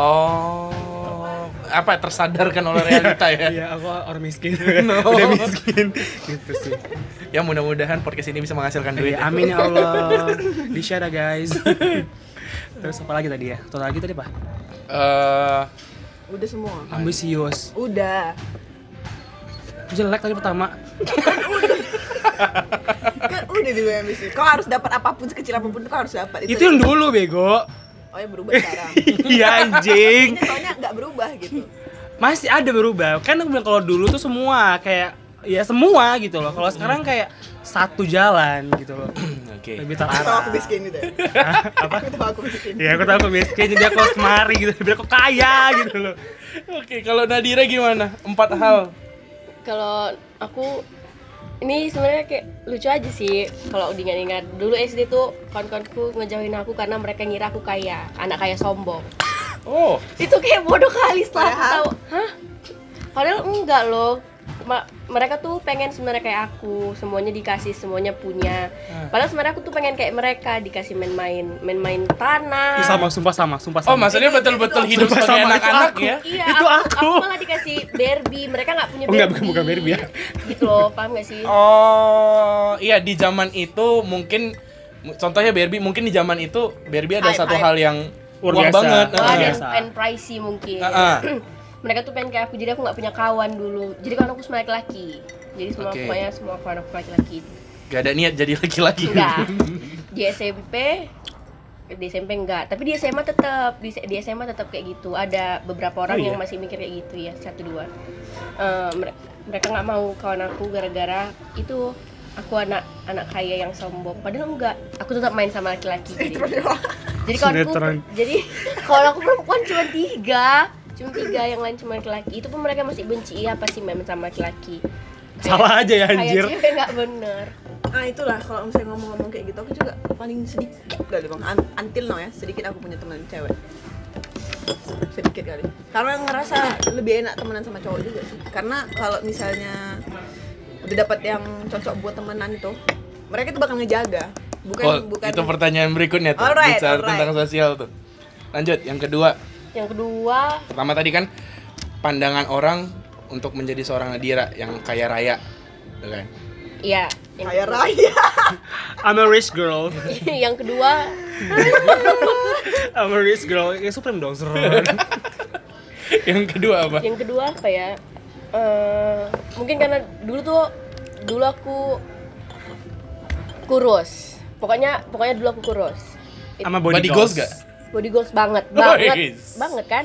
Oh, apa tersadarkan oleh realita ya? Iya, aku orang miskin. No. Udah miskin gitu sih. Ya mudah-mudahan podcast ini bisa menghasilkan duit. Iya, amin ya Allah. Di-share ya guys. Terus apa lagi tadi ya? Satu lagi tadi apa? Udah semua. Ambisius. Udah. Jelek tadi pertama. Kan udah juga ambisi. Kau harus dapat apapun sekecil apapun kau harus dapat Itu yang dulu bego. Oh ya berubah sekarang. Iya anjing. Ini soalnya nggak berubah gitu. Masih ada berubah. Kan aku bilang kalau dulu tuh semua kayak ya semua gitu loh. Kalau sekarang kayak satu jalan gitu loh. Oke. Lebih Tahu aku terarah. miskin gitu. Ya? Apa? Aku tahu aku miskin. Ya aku tahu aku miskin jadi aku harus kemari gitu. Biar aku kaya gitu loh. Oke, kalau Nadira gimana? 4 hal. Kalau aku ini sebenarnya kayak lucu aja sih kalau diingat-ingat. Dulu SD tuh kawan-kawanku ngejauhin aku karena mereka ngira aku kaya, anak kaya sombong. Oh, Itu kayak bodoh kali setelah aku Padahal- tahu. Hah? Padahal enggak loh. Mereka tuh pengen sebenarnya kayak aku, semuanya dikasih, semuanya punya. Padahal sebenarnya aku tuh pengen kayak mereka, dikasih main-main tanah. Ih, sumpah sama. oh maksudnya betul-betul itu hidup sumpah sebagai sama, itu anak-anak aku. ya? Iya, Itu aku. malah dikasih Barbie. Mereka nggak punya Oh, Barbie. bukan Barbie ya. Gitu loh, paham nggak sih? Oh, iya di zaman itu mungkin contohnya Barbie, mungkin di zaman itu Barbie ada Hype, satu hype. hal yang Luar wah biasa. banget. Wah, dan biasa. and pricey mungkin. Mereka tuh pengen kayak aku, jadi aku nggak punya kawan dulu. Jadi kawan aku semua laki-laki. Jadi semua Oke. pokoknya semua kawan aku laki-laki. Gak ada niat jadi laki-laki. Enggak. Di SMP enggak, tapi di SMA tetap di SMA tetap kayak gitu. Ada beberapa orang Oh, iya? yang masih mikir kayak gitu ya, 1-2. Mereka nggak mau kawan aku gara-gara itu aku anak kaya yang sombong. Padahal enggak, aku tetap main sama laki-laki. Jadi kawanku, Sinetron. jadi kalau aku perempuan cuma 3 yang lain cuma laki-laki. Itu pun mereka masih benci, apa sih main sama laki-laki. Salah aja ya anjir. Kayak cewek nggak bener. Nah itulah kalau misalnya ngomong-ngomong kayak gitu aku juga paling sedikit kali bang. Until now ya sedikit aku punya teman cewek. Sedikit kali. Karena ngerasa lebih enak temenan sama cowok juga sih. Karena kalau misalnya udah dapat yang cocok buat temenan itu, mereka tuh bakal ngejaga. Bukan Itu pertanyaan berikutnya tuh. Alright, Bicara alright. tentang sosial tuh. Lanjut, yang kedua. Yang kedua, Pertama tadi kan pandangan orang untuk menjadi seorang Nadira yang kaya raya, ya kan? iya, yang kaya raya. I'm a rich girl. yang kedua I'm a rich girl. Ya Supreme dong, serem. Yang kedua apa? Yang kedua apa ya? Mungkin karena dulu aku kurus. Pokoknya dulu aku kurus. Sama Body goals gak? Body goals banget Wih. banget kan?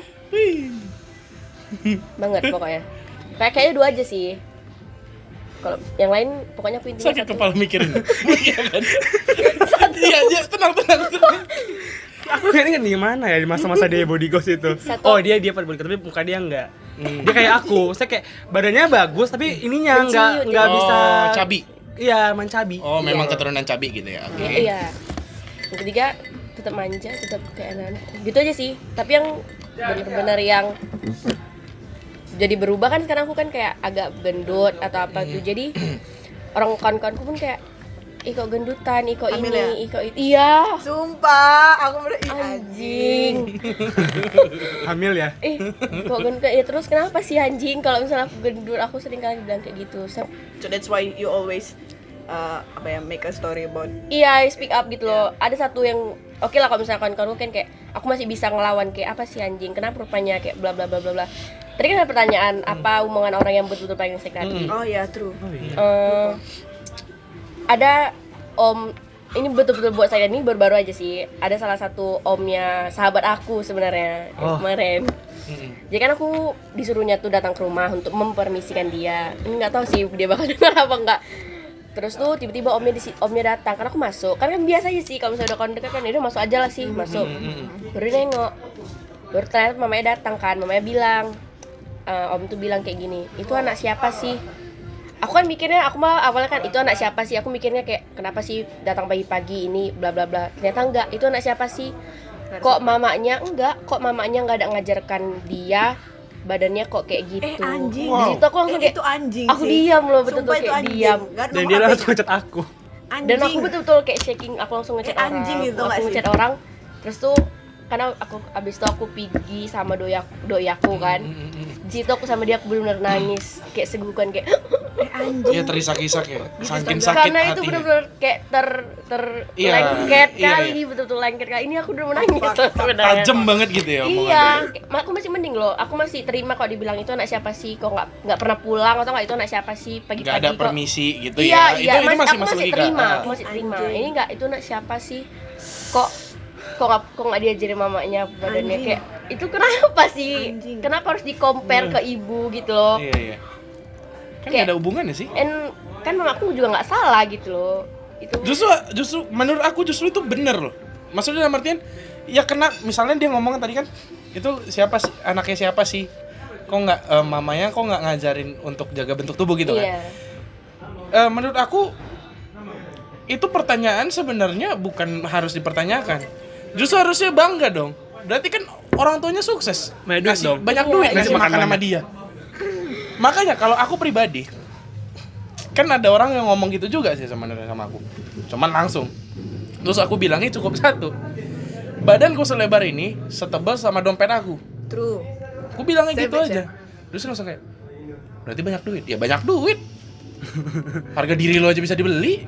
Banget pokoknya. Kayaknya 2 aja sih. Kalau yang lain pokoknya aku intinya Sakit 1. kepala mikirin. Iya kan? Iya, tenang. Aku nggak ingat nih mana ya di masa-masa dia body goals itu. Oh dia pada body goals tapi muka dia enggak. Dia kayak aku, saya kayak badannya bagus tapi ininya enggak bisa. Cabi. Iya, mancabi. Oh, memang keturunan cabi gitu ya. Oke. Iya. Yang ketiga tetap manja, tetap kayak anak-anak. Gitu aja sih. Tapi yang benar-benar yang jadi berubah kan sekarang aku kan kayak agak gendut atau apa tuh. Jadi orang kawan-kawanku pun kayak ih kok gendutan, ih kok Hamil ini, ya? ih kok itu. Iya. Sumpah, aku bener Anjing. Hamil ya? Kok gendut ya terus kenapa sih anjing kalau misalnya aku gendut aku sering kali bilang kayak gitu. So that's why you always make a story about. Iya, speak up gitu loh. Ada satu yang oke lah kalau misalkan kamu kan kayak aku masih bisa ngelawan kayak apa sih anjing, kenapa rupanya kayak bla bla bla bla bla. Tadi kan ada pertanyaan apa omongan orang yang betul-betul paling sakit hati. Oh ya, true. Ada om ini betul-betul buat saya ini baru-baru aja sih. Ada salah satu omnya sahabat aku sebenarnya kemarin. Jadi kan aku disuruhnya tuh datang ke rumah untuk mempermisikan dia. Ini nggak tahu sih dia bakal dengar apa enggak. Terus tuh tiba-tiba omnya datang karena aku masuk. Karena kan biasa aja sih kalau misalnya udah kontak kan udah masuk aja lah sih, masuk. Baru nengok. Baru ternyata mamanya datang kan, mamanya bilang om tuh bilang kayak gini, itu anak siapa sih? Aku kan mikirnya, aku mah awalnya kan itu anak siapa sih? Aku mikirnya kayak kenapa sih datang pagi-pagi ini bla bla bla. Ternyata enggak, itu anak siapa sih? Kok mamanya nggak ada ngajarkan dia badannya kok kayak gitu. Anjing. Di situ aku langsung kayak itu anjing aku sih. diam loh, betul-betul Sumpah itu kayak anjing. diam. Nggak ada Dan nomor dia HP-nya. langsung ngechat aku. Anjing. Dan aku betul-betul kayak shaking, aku langsung ngechat orang. Anjing gitu, aku nggak sih? ngechat orang. Terus tuh karena aku abis itu aku pergi sama doi aku kan. Di situ aku sama dia aku benar-benar nangis kayak segukan kayak Anjing. Iya, terisak-isak ya. Saking Astaga. sakit karena itu hatinya. benar-benar kayak Iya, lengket iya, kali, iya. betul-betul lengket kali. Ini aku udah mau nangis sebenarnya. Tajem banget gitu ya omongannya. Iya, aku masih mending loh. Aku masih terima kalau dibilang itu anak siapa sih, kok nggak pernah pulang atau nggak itu anak siapa sih pagi-pagi Nggak ada kok. permisi gitu Iya, ya. iya, Itu masih aku masuk masih logika. terima, Ah. aku masih terima. Anjing. Ini nggak itu anak siapa sih? Kok nggak diajarin mamanya badannya Anjing. kayak itu kenapa sih? Anjing. Kenapa harus di-compare ke ibu gitu loh? Iya, iya. Kan Kayak- nggak ada hubungannya sih. Kan mama aku juga nggak salah gitu loh. Itu Justru menurut aku justru itu bener loh. Maksudnya dalam artian ya kena misalnya dia ngomong tadi kan itu siapa sih anaknya siapa sih? Kok nggak mamanya kok nggak ngajarin untuk jaga bentuk tubuh gitu kan? iya. Menurut aku itu pertanyaan sebenarnya bukan harus dipertanyakan. Justru harusnya bangga dong. Berarti kan orang tuanya sukses. Banyak duit Ngasih dong. banyak Iya, duit iya. ngasih makan Makan sama banyak. dia. Makanya kalau aku pribadi kan ada orang yang ngomong gitu juga sih sebenarnya sama aku. Cuman langsung. Terus aku bilangnya cukup satu. Badanku selebar ini setebal sama dompet aku. True. Aku bilangnya gitu Savage aja. Terus langsung kayak berarti banyak duit. Ya banyak duit. Harga diri lo aja bisa dibeli.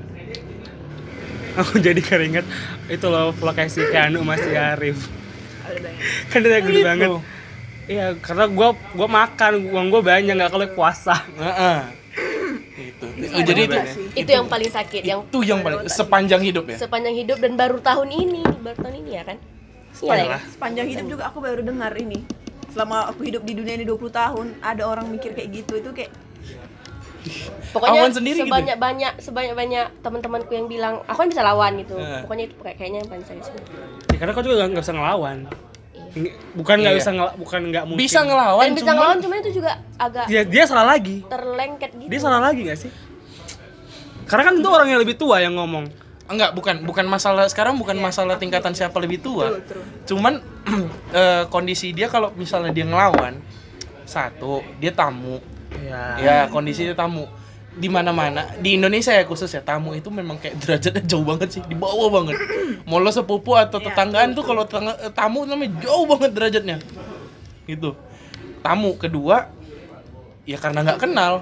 Aku jadi keringet itu loh vlog si Keanu masih Arif. Ada banyak. Kan dia gede Gitu. banget. Iya, karena gua makan, uang gua banyak enggak kalau puasa. Heeh. Gitu. Jadi itu Itu yang paling sakit, yang itu yang paling sepanjang hidup ya. sepanjang hidup dan baru tahun ini ya kan? Iya lah. Sepanjang hidup juga aku baru dengar ini. Selama aku hidup di dunia ini 20 tahun, ada orang mikir kayak gitu. Itu kayak Pokoknya Awan sendiri gitu? sebanyak teman-temanku yang bilang aku kan bisa lawan gitu. Nah. Pokoknya itu kayaknya yang paling sakit sih. Ya, karena kau juga nggak bisa ngelawan. Bukan nggak Iya. bisa bukan nggak mungkin. Bisa ngelawan Dan bisa cuman ngelawan cuman itu juga agak Dia salah lagi. terlengket gitu. Dia salah lagi nggak sih? Karena kan itu orang yang lebih tua yang ngomong. enggak bukan masalah sekarang bukan masalah tingkatan siapa lebih tua. True. Cuman kondisi dia kalau misalnya dia ngelawan satu, dia tamu. Ya, kondisinya tamu. Di mana-mana di Indonesia ya khusus ya tamu itu memang kayak derajatnya jauh banget sih, di bawah banget. Mau lo sepupu atau tetanggaan tuh kalau tamu namanya jauh banget derajatnya. Gitu. Tamu kedua ya karena nggak kenal.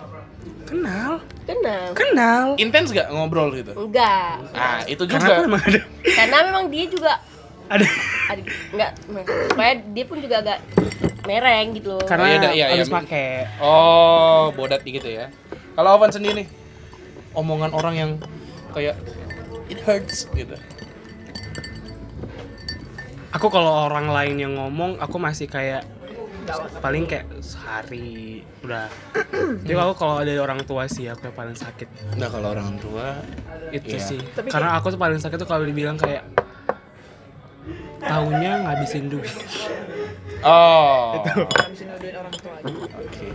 Kenal. Intens gak ngobrol gitu? Enggak. Nah, itu Karena juga. aku emang ada Karena memang dia juga ada enggak supaya dia pun juga agak mereng gitu loh. karena iya, harus iya. pakai. Oh, bodat gitu ya. Kalau Ovan sendiri, omongan orang yang kayak it hurts gitu. Aku kalau orang lain yang ngomong, aku masih kayak paling kayak sehari udah. Jadi aku kalau ada orang tua sih aku yang paling sakit. Nah kalau orang tua Itu iya. sih. Tapi Karena aku tuh paling sakit tuh kalau dibilang kayak tahunnya ngabisin duit. Oh. Habisin duit orang tua gitu.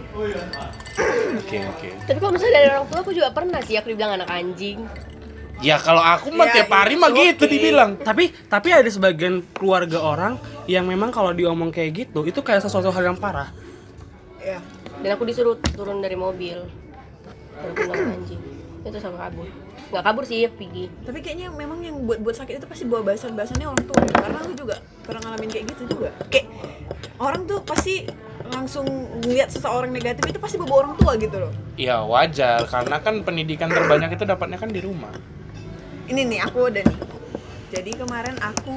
Oke. Tapi kalau misalnya dari orang tua aku juga pernah sih aku dibilang anak anjing. Ya kalau aku mah Ya, tiap hari mah it's gitu okay. dibilang. Tapi ada sebagian keluarga orang yang memang kalau diomong kayak gitu itu kayak sesuatu hal yang parah. Iya. Dan aku disuruh turun dari mobil. Dan aku bilang anjing. Itu sama kabur. Nggak kabur sih, pergi. Tapi kayaknya memang yang buat sakit itu pasti bawa bahasannya orang tua. Karena aku juga pernah ngalamin kayak gitu juga. Kayak orang tuh pasti langsung ngeliat seseorang negatif itu pasti bawa orang tua gitu loh. Ya wajar karena kan pendidikan terbanyak itu dapatnya kan di rumah. Ini nih aku udah nih. Jadi kemarin aku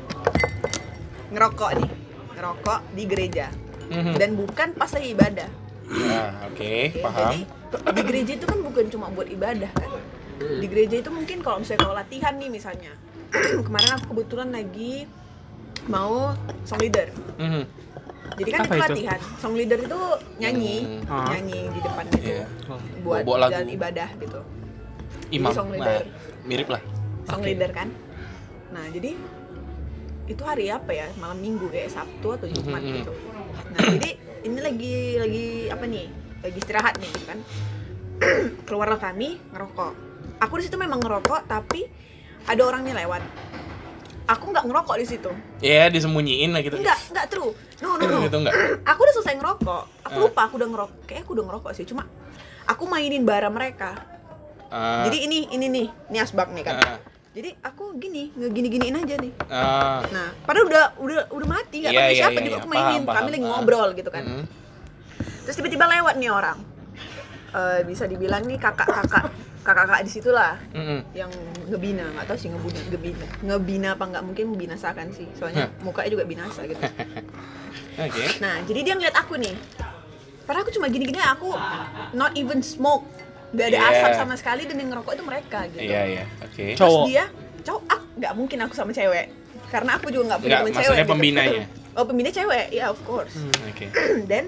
ngerokok di gereja. Dan bukan pas lagi ibadah. Ya, oke, paham. Jadi di gereja itu kan bukan cuma buat ibadah kan. Di gereja itu mungkin kalau misalnya kalau latihan nih misalnya. Kemarin aku kebetulan lagi mau song leader. Jadi kan Apa itu itu? latihan. Song leader itu nyanyi di depan gitu. Iya. Buat Bawa lagu. jalan ibadah gitu. Imam. Jadi song leader. Nah, mirip lah. Song leader kan. Nah, jadi itu hari apa ya? Malam Minggu kayak Sabtu atau Jumat gitu. Nah, jadi ini lagi apa nih? Lagi istirahat nih gitu kan. Keluarlah kami ngerokok. Aku di situ memang ngerokok tapi ada orangnya lewat. Aku nggak ngerokok di situ. Ya, disembunyiin lah gitu. Enggak true. No. Gitu enggak. Aku udah selesai ngerokok. Aku lupa aku udah ngerokok. Kayaknya aku udah ngerokok sih. Cuma aku mainin bara mereka. Jadi ini nih asbak nih kan. Jadi aku gini-giniin aja nih. Nah, padahal udah mati enggak tahu siapa juga aku mainin. Kami lagi ngobrol gitu kan. Terus tiba-tiba lewat nih orang. Bisa dibilang nih kakak-kakak di situ lah. Yang ngebina, enggak tahu sih ngebina apa enggak, mungkin membinasakan sih. Soalnya mukanya juga binasa gitu. Oke. Nah, jadi dia ngeliat aku nih. Padahal aku cuma gini-gini, aku not even smoke. Gak ada asap sama sekali dan yang ngerokok itu mereka gitu. Iya, oke. Terus Cowok. dia, gak mungkin aku sama cewek. Karena aku juga gak punya temen cewek maksudnya gitu. pembinanya. Oh, pembina cewek, ya of course. Oke. Dan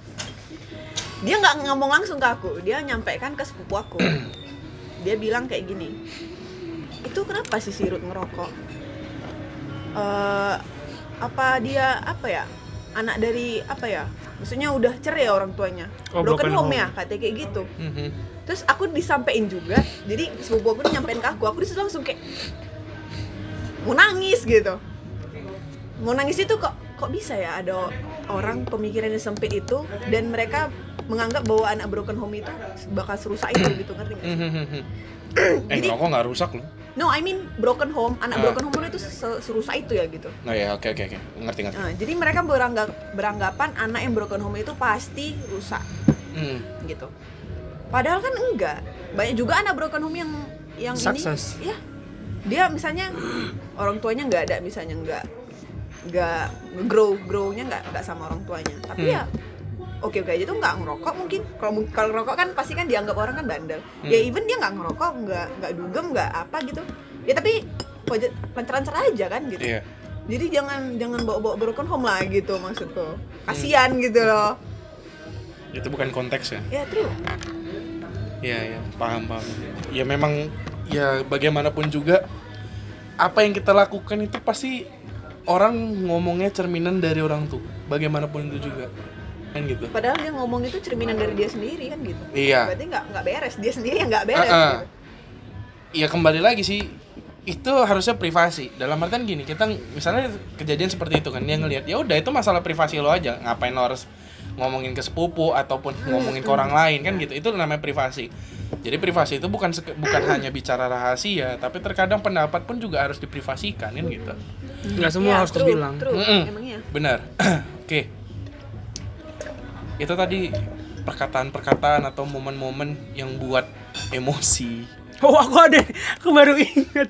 dia gak ngomong langsung ke aku, dia nyampaikan ke sepupu aku. Dia bilang kayak gini, itu kenapa sih si Ruth ngerokok? Apa dia, anak dari, maksudnya udah cerai orang tuanya. Broken home ya, katanya kayak gitu. Terus aku disampein juga, jadi sepupu aku nyampein ke aku disitu langsung kayak mau nangis gitu. Mau nangis itu kok bisa ya ada orang pemikirannya sempit itu dan mereka menganggap bahwa anak broken home itu bakal serusak itu gitu, ngerti nggak sih? Jadi Rokok nggak rusak loh. no, I mean broken home, anak broken home itu serusak itu ya gitu. Oh ya, oke. Ngerti. Nah, jadi mereka beranggapan anak yang broken home itu pasti rusak gitu. Padahal kan enggak. Banyak juga anak broken home yang Sukses. ini ya. Dia misalnya orang tuanya enggak ada, misalnya enggak grow-nya enggak sama orang tuanya. Tapi ya oke aja tuh enggak ngerokok mungkin. Kalau ngerokok kan pasti kan dianggap orang kan bandel. Ya even dia enggak ngerokok, enggak dugem, enggak apa gitu. Ya tapi lancar-lancar aja kan gitu. Iya. Jadi jangan bawa broken home lah gitu maksudku. Kasian gitu loh. Itu bukan konteks ya. Ya true. Iya, paham. Ya memang ya bagaimanapun juga apa yang kita lakukan itu pasti orang ngomongnya cerminan dari orang tuh. Bagaimanapun itu juga. Kan gitu. Padahal dia ngomong itu cerminan dari dia sendiri kan gitu. Iya. Berarti nggak beres, dia sendiri yang nggak beres gitu. Iya, kembali lagi sih itu harusnya privasi. Dalam artian gini, kita misalnya kejadian seperti itu kan, dia ngelihat ya udah itu masalah privasi lo aja. Ngapain lo harus ngomongin ke sepupu ataupun ngomongin ke orang lain kan gitu. Itu namanya privasi. Jadi privasi itu bukan hanya bicara rahasia, tapi terkadang pendapat pun juga harus diprivasikan kan gitu. Nggak semua harus true, kebilang. True, emangnya. Benar. Oke. Itu tadi perkataan-perkataan atau momen-momen yang buat emosi. Oh, aku baru ingat.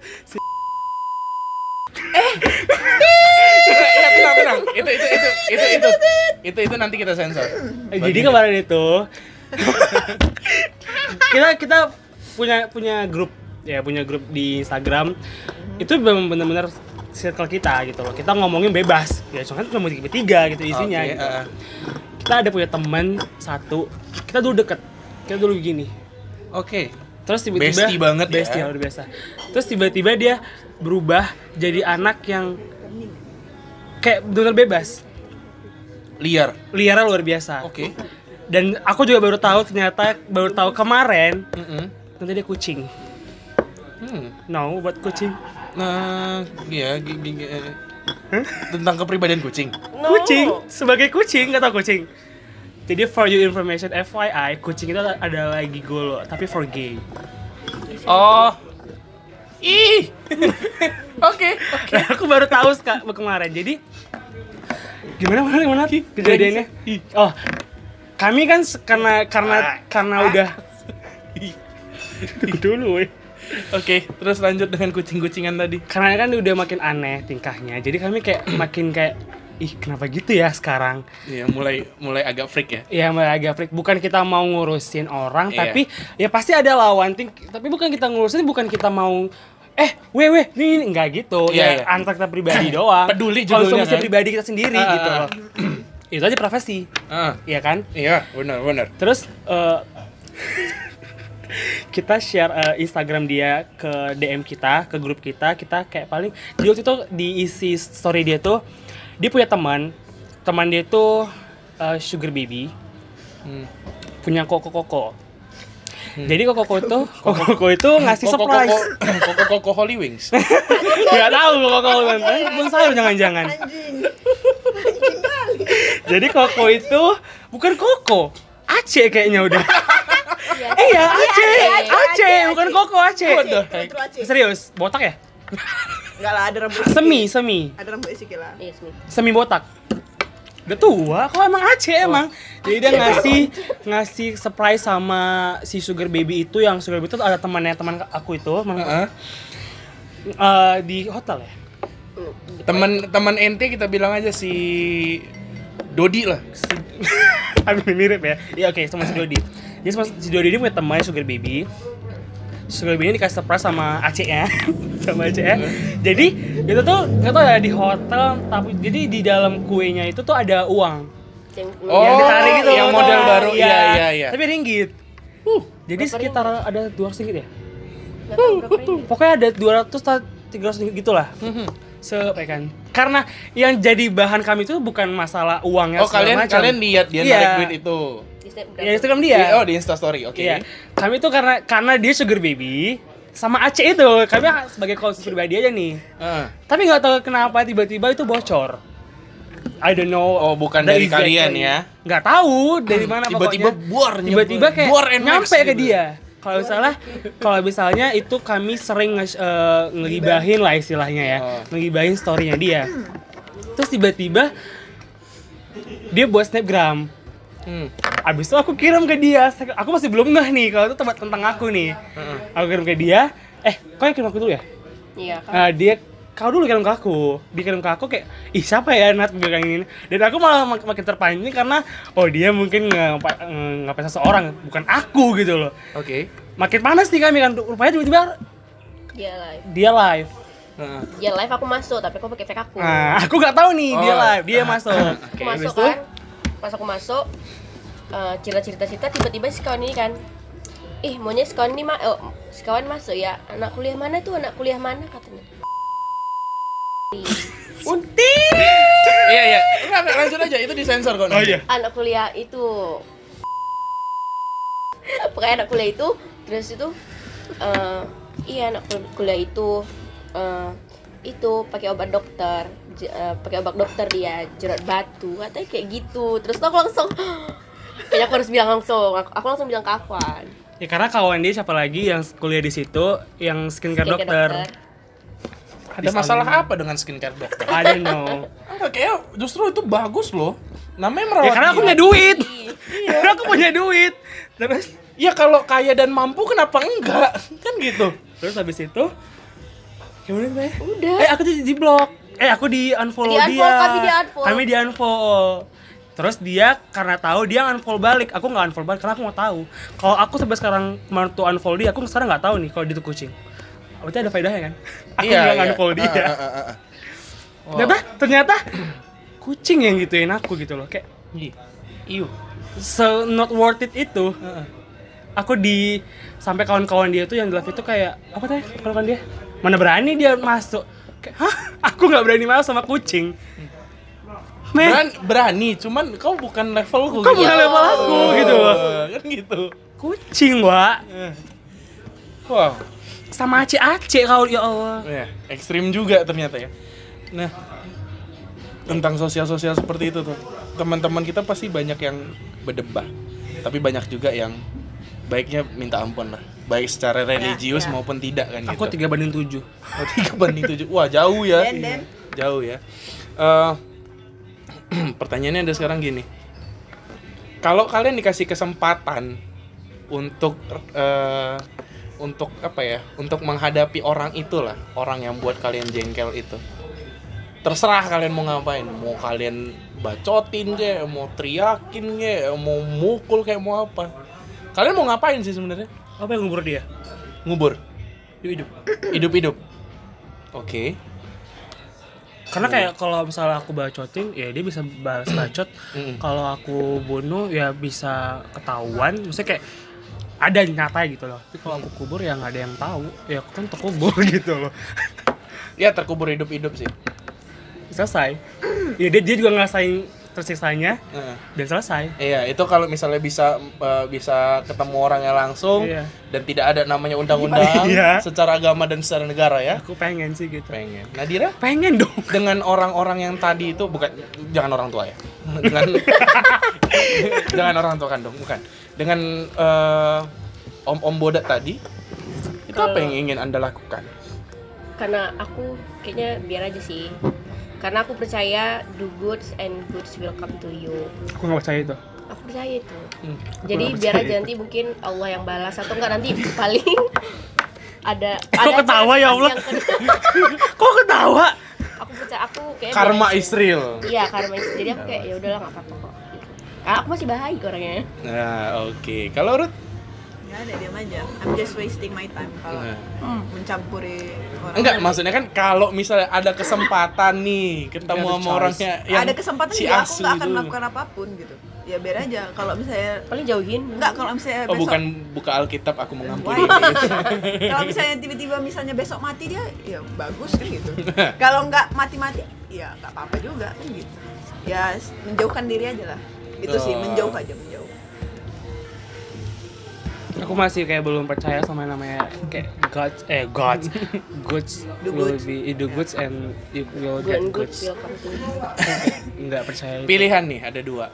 Ya, tenang. Itu nanti kita sensor. Jadi kemarin itu kita punya grup di Instagram. Itu memang benar-benar circle kita gitu loh. Kita ngomongin bebas. Ya cuma cuma bertiga gitu isinya. Oke, Gitu. Kita ada punya teman satu. Kita dulu deket. Kita dulu gini. Oke. Terus tiba-tiba Bestie banget ya. bestie, luar biasa. Terus tiba-tiba dia berubah jadi anak yang kayak benar bebas. Liarnya luar biasa. Oke. Dan aku juga baru tahu kemarin ternyata dia kucing. No, buat kucing. Nah, iya tentang kepribadian kucing. No. Kucing sebagai kucing, nggak tahu kucing. Jadi for your information, FYI, kucing itu adalah gigolo, tapi for gay. Oh. Ih. Oke. Aku baru tahu kemarin. Jadi gimana kejadiannya? Oh, kami kan karena udah tunggu dulu, weh. Oke, terus lanjut dengan kucing-kucingan tadi. Karena kan udah makin aneh tingkahnya. Jadi kami kayak makin kayak kenapa gitu ya sekarang? Iya, mulai agak freak ya. Iya, mulai agak freak. Bukan kita mau ngurusin orang, Iya. tapi ya pasti ada lawan. Tapi bukan kita ngurusin, bukan kita mau ini enggak gitu. Iya, iya. Antar kita pribadi doang. Peduli judulnya konsumsi kan? pribadi kita sendiri gitu loh. Itu aja profesi. Ah, Iya kan? iya, benar. Terus kita share Instagram dia ke DM kita, ke grup kita kayak paling di waktu itu diisi story dia tuh dia punya teman dia tuh sugar baby, punya koko. Jadi koko itu ngasih surprise. Koko Holy Wings. Nggak tahu koko pun sayur jangan-jangan. Jadi koko itu bukan koko, Aceh kayaknya udah. Iya, Aceh, bukan koko, Aceh. What the heck? Serius, botak ya? Enggak lah, ada rambut Semi. Ada rambut isi lah. Yes, me. Semi botak. Udah tua, kok emang Aceh emang. Jadi dia ngasih surprise sama si sugar baby itu, yang sugar baby itu ada teman aku itu, di hotel ya. Teman ente kita bilang aja si Dodi lah. Aduh mirip ya. Iya oke, sama si Dodi. Jadi si Dodi ini punya teman sugar baby. Sugar baby ini dikasih surprise sama Aceh ya. Sama Aceh ya. Jadi itu tuh nggak tahu ya di hotel, tapi jadi di dalam kuenya itu tuh ada uang. Yang ditarik gitu yang loh, model tau. baru. Iya. Tapi ringgit. Jadi Berapa sekitar ada 200 ringgit ya. Nggak tahu berapa ini. Pokoknya ada 200-300 ringgit gitulah. Kan. Karena yang jadi bahan kami itu bukan masalah uangnya Oh, kalian lihat dia Iya. narik duit itu. Di Snapgram. Ya Instagram dia. Oh, di Insta story. Oke. Iya. Kami tuh karena dia sugar baby sama Aceh itu, kami sebagai konsumsi pribadi aja nih. Tapi nggak tahu kenapa tiba-tiba itu bocor. I don't know. Oh, bukan the dari exact kalian way. ya? Nggak tahu dari mana Tiba-tiba pokoknya. buar, Tiba-tiba kayak buar and nyampe max ke gitu. dia. Kalau misalnya itu kami sering ngegibahin lah istilahnya ya, ngegibahin story-nya dia. Terus tiba-tiba dia buat snapgram. Abis itu aku kirim ke dia. Aku masih belum ngeh nih kalau itu tempat tentang aku nih. Aku kirim ke dia. Kau yang kirim aku dulu ya? Iya kan. Kau dulu kirim ke aku. Dikirim ke aku kayak, siapa ya Nat bilang ini. Dan aku malah makin terpancing karena dia mungkin ngapain seseorang, bukan aku gitu loh. Oke. Makin panas nih kami kan. Rupanya tiba-tiba dia live. Dia live aku masuk, tapi aku pakai fake aku. Nah, aku nggak tahu nih dia live, dia masuk. Aku masuk kan. Pas aku masuk, cerita tiba-tiba si kawan ini kan, maunya si kawan ini si kawan masuk ya, anak kuliah mana katanya. Unti. Iya. Enggak, lanjut aja. Itu disensor kok. Oh iya. Anak kuliah itu pokoknya anak kuliah itu, terus itu anak kuliah itu pakai obat dokter dia jerat batu katanya kayak gitu. Terus aku langsung kayaknya aku harus bilang aku langsung bilang ke Afwan. Ya karena kawan dia siapa lagi yang kuliah di situ yang skincare dokter. Ada masalah apa dengan skincare dokter? I don't know. Enggak, kayak justru itu bagus loh. Namanya merawat. Ya karena aku diri. punya duit. Karena aku punya duit. Terus Ya kalau kaya dan mampu kenapa enggak? Kan gitu. terus habis itu gimana sih? Udah. Aku tuh di blok. Aku di unfollow dia. Kami di unfollow. Terus dia karena tahu dia unfollow balik. Aku nggak unfollow balik karena aku nggak tahu. Kalau aku sampai sekarang mau unfollow dia, aku sekarang nggak tahu nih kalau dia tuh kucing. berarti ada faedahnya kan? Aku bilang unfollow dia. Oh. Ternyata kucing yang gituin aku gitu loh, kayak Iyo. so not worth it itu. Aku sampai kawan-kawan dia tuh yang di live itu kayak apa tadi kawan dia? Mana berani dia masuk? Kayak, hah? Aku nggak berani masuk sama kucing. Berani, cuman kau bukan levelku. Kau bukan level aku gitu loh. Kan gitu. Kucing, Wak. Wow. Sama acik kau, ya Allah. Ya, ekstrim juga ternyata ya. Nah, tentang sosial-sosial seperti itu tuh, teman-teman kita pasti banyak yang berdebat, tapi banyak juga yang baiknya minta ampun lah, baik secara religius maupun tidak kan. Aku gitu. 3/7. Oh, 3/7. Wah, jauh ya. Jauh ya. Pertanyaannya ada sekarang gini. Kalau kalian dikasih kesempatan untuk apa ya? Untuk menghadapi orang itulah, orang yang buat kalian jengkel itu. Terserah kalian mau ngapain, mau kalian bacotin kayak, mau teriakin kayak, mau mukul kayak, mau apa. Kalian mau ngapain sih sebenarnya? Apa yang ngubur dia? Ngubur. Hidup. Hidup-hidup. Oke. Karena kayak kalau misalnya aku bacotin, ya dia bisa balas bacot. Kalau aku bunuh, ya bisa ketahuan. Maksudnya kayak ada nyata gitu loh. Tapi kalau aku kubur, ya nggak ada yang tahu. Ya aku kan terkubur gitu loh. Ya terkubur hidup-hidup sih. Selesai. Ya dia juga ngerasain tersiksanya dan selesai. Iya, itu kalau misalnya bisa ketemu orangnya langsung dan tidak ada namanya undang-undang secara agama dan secara negara ya. Aku pengen sih gitu. Pengen. Nadira? Pengen dong. Dengan orang-orang yang tadi itu jangan orang tua ya. Jangan orang tua kandung, bukan. Dengan om-om bodak tadi, itu apa yang ingin Anda lakukan? Karena aku kayaknya biar aja sih. Karena aku percaya do goods and goods will come to you. Aku nggak percaya itu. Aku percaya itu. Jadi biar aja nanti mungkin Allah yang balas atau enggak nanti paling ada. Kok ketawa ya Allah? Kok ketawa? Aku percaya aku kayak Karma is real. Iya, karma is. Jadi aku kayak ya udahlah enggak apa-apa kok. Aku masih baik orangnya. Nah, oke. Kalau Ruth? Nggak ada, diam aja. I'm just wasting my time kalau mencampuri orang. Enggak, maksudnya kan kalau misalnya ada kesempatan nih ketemu sama orangnya yang ada kesempatan si juga aku asu nggak akan itu. melakukan apapun gitu. Ya biar aja. Kalau misalnya Paling jauhin. enggak, kalau misalnya Oh, besok bukan buka Alkitab aku mengampuni. kalau misalnya tiba-tiba misalnya besok mati dia, ya bagus kan gitu. Kalau nggak mati-mati, ya nggak apa-apa juga kan gitu. Ya menjauhkan diri aja lah. Itu sih, menjauh aja, menjauh. Aku masih kayak belum percaya sama namanya kayak goods Do will goods. do goods and you will Good get and goods goods. will come to you. Nggak percaya itu. Pilihan nih ada 2.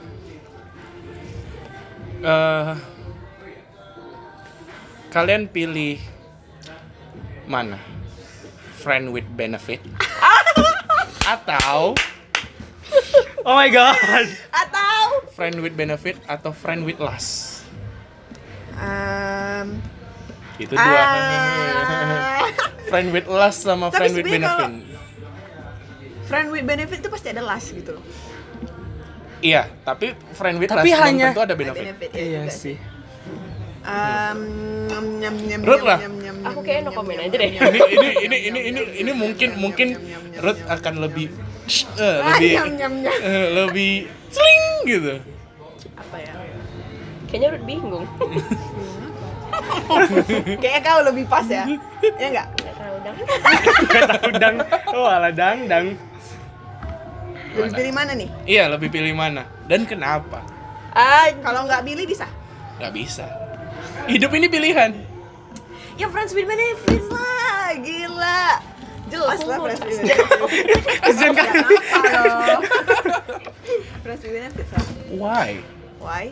Kalian pilih mana? Friend with benefit atau Oh my god. Atau friend with benefit atau friend with lust? Itu 2. Friend with lust sama Tapi friend with sebenarnya benefit. friend with benefit itu pasti ada last gitu loh. Iya, tapi friend with Tapi lust belum hanya- tentu ada benefit. Iya sih. Ruth lah. Aku kayaknya no comment aja deh. Ini mungkin Ruth akan lebih lebih sling gitu. Apa ya? Kayaknya Ruth bingung. Kayaknya kau lebih pas ya. Ya enggak? Enggak tahu dong. Nggak tahu dang. Oh ala dang. Lebih pilih mana nih? Iya, lebih pilih mana dan kenapa? Kalau nggak pilih bisa. Nggak bisa. Hidup ini pilihan. Ya friends with benefits lah, gila. Jelas lah friends with benefits. Kasian kan. Friends with benefits lah. Why?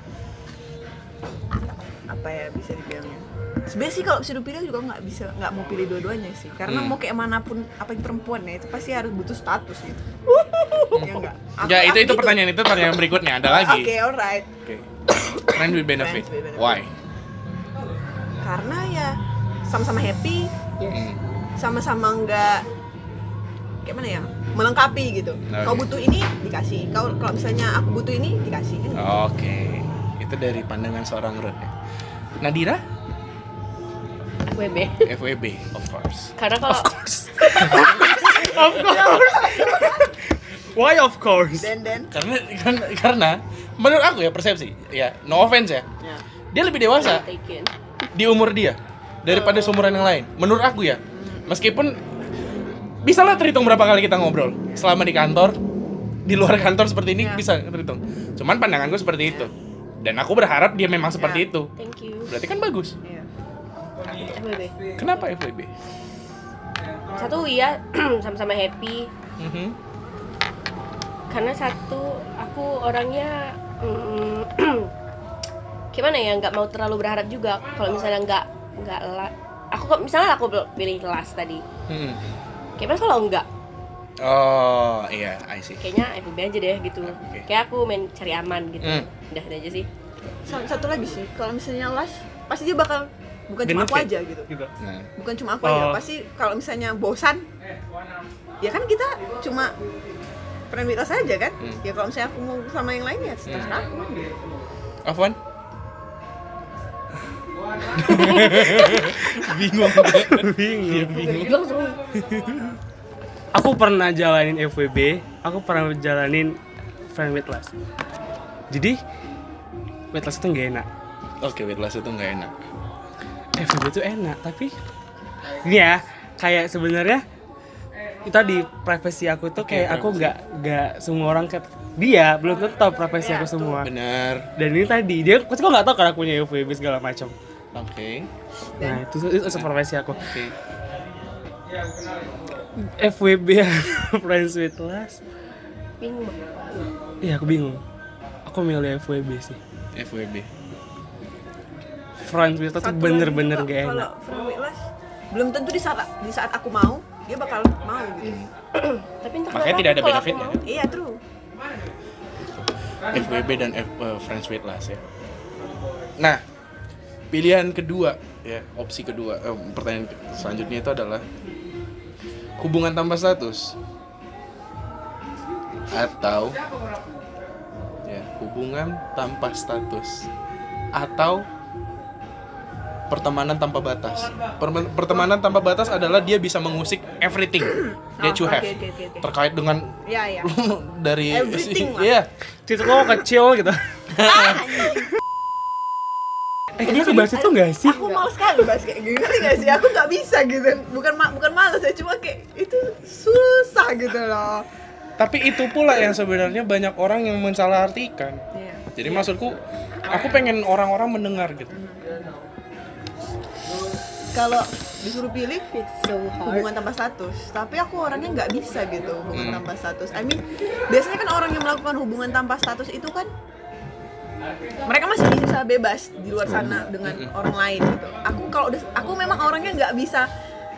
Apa ya bisa dibilangnya? Sebenarnya sih kalau bisa dipilih juga nggak mau pilih dua-duanya sih. Karena mau kayak manapun apalagi perempuan ya itu pasti harus butuh status gitu. Ya enggak? Ya itu pertanyaan berikutnya ada lagi. Oke, alright. Oke. Friend with benefit. Friends with benefit. Why? Karena ya sama-sama happy, Hmm. sama-sama nggak kayak mana ya, melengkapi gitu. Oke. Kau butuh ini dikasih, kalau misalnya aku butuh ini dikasih kan? Oke. Itu dari pandangan seorang Ruth ya. Nadira? FWB. FWB, of course. Karena kalau Of course. Why of course? Dan Karena menurut aku ya persepsi, ya no offense ya. ya. Dia lebih dewasa taken. di umur dia daripada seumuran yang lain. Menurut aku ya. Meskipun bisa lah terhitung berapa kali kita ngobrol selama di kantor, di luar kantor seperti ini Ya. bisa terhitung. Cuman pandanganku seperti itu. Dan aku berharap dia memang seperti Ya. itu. Thank you. Berarti kan bagus. Iya. FWB. Kenapa FWB? Satu iya sama-sama happy. Mhm. Karena satu aku orangnya gimana ya, nggak mau terlalu berharap juga. Kalau misalnya nggak aku kok misalnya aku pilih last tadi. Mhm. Gimana kalau enggak? Oh iya, I see. Kayaknya FWB aja deh gitu. Oke. Kayak aku main cari aman gitu. Udah aja sih. Satu lagi sih, kalau misalnya last pasti dia bakal bukan cuma aku Benefit. aja gitu. Nah, Bukan cuma aku aja, Oh. pasti kalau misalnya bosan ya kan kita cuma friend with us aja kan. Ya kalau misalnya aku mau sama yang lain ya terserah aku. Afwan? Bingung. Bingung. Langsung Aku pernah jalanin FWB, aku pernah jalanin friend with last. Jadi with last itu nggak enak. Oke, weight loss itu nggak enak. FWB itu enak, tapi ini ya kayak sebenarnya itu tadi privasi aku tuh kayak aku nggak semua orang kayak dia belum tentu tahu privasi aku semua. Benar. Dan ini tadi dia pasti kok nggak tahu kan aku punya FWB segala macam. Oke. Nah itu privasi aku. Oke. FWB friends with last. bingung. Iya aku bingung. Aku milih FWB sih. FWB. Friends with last tuh Satu bener-bener lagi gak juga, enak. Kalau friend with us belum tentu di saat aku mau dia bakal mau gitu. Tapi entah Makanya kenapa tidak ada kalau aku benefitnya. mau, Iya true. FWB dan friends with last ya. Nah, pilihan kedua ya, opsi kedua, pertanyaan selanjutnya itu adalah hubungan tanpa status atau ya, hubungan tanpa status atau pertemanan tanpa batas. Pertemanan tanpa batas adalah dia bisa mengusik everything that you have Oke. terkait dengan Iya. dari Everything lah. Iya. Cerita kok kecil gitu. Kita bahas itu gak sih? Aku males sekali bahas kayak gini, ngerti gak sih? Aku nggak bisa gitu. Bukan males ya, cuma kayak itu susah gitu loh. Tapi itu pula yang sebenarnya banyak orang yang mensalahartikan. Iya. Jadi maksudku, aku pengen orang-orang mendengar gitu. Kalau disuruh pilih it's so hard. hubungan tanpa status, tapi aku orangnya nggak bisa gitu hubungan tanpa status. I mean, biasanya kan orang yang melakukan hubungan tanpa status itu kan mereka masih bisa bebas di luar sana dengan orang lain gitu. Aku memang orangnya nggak bisa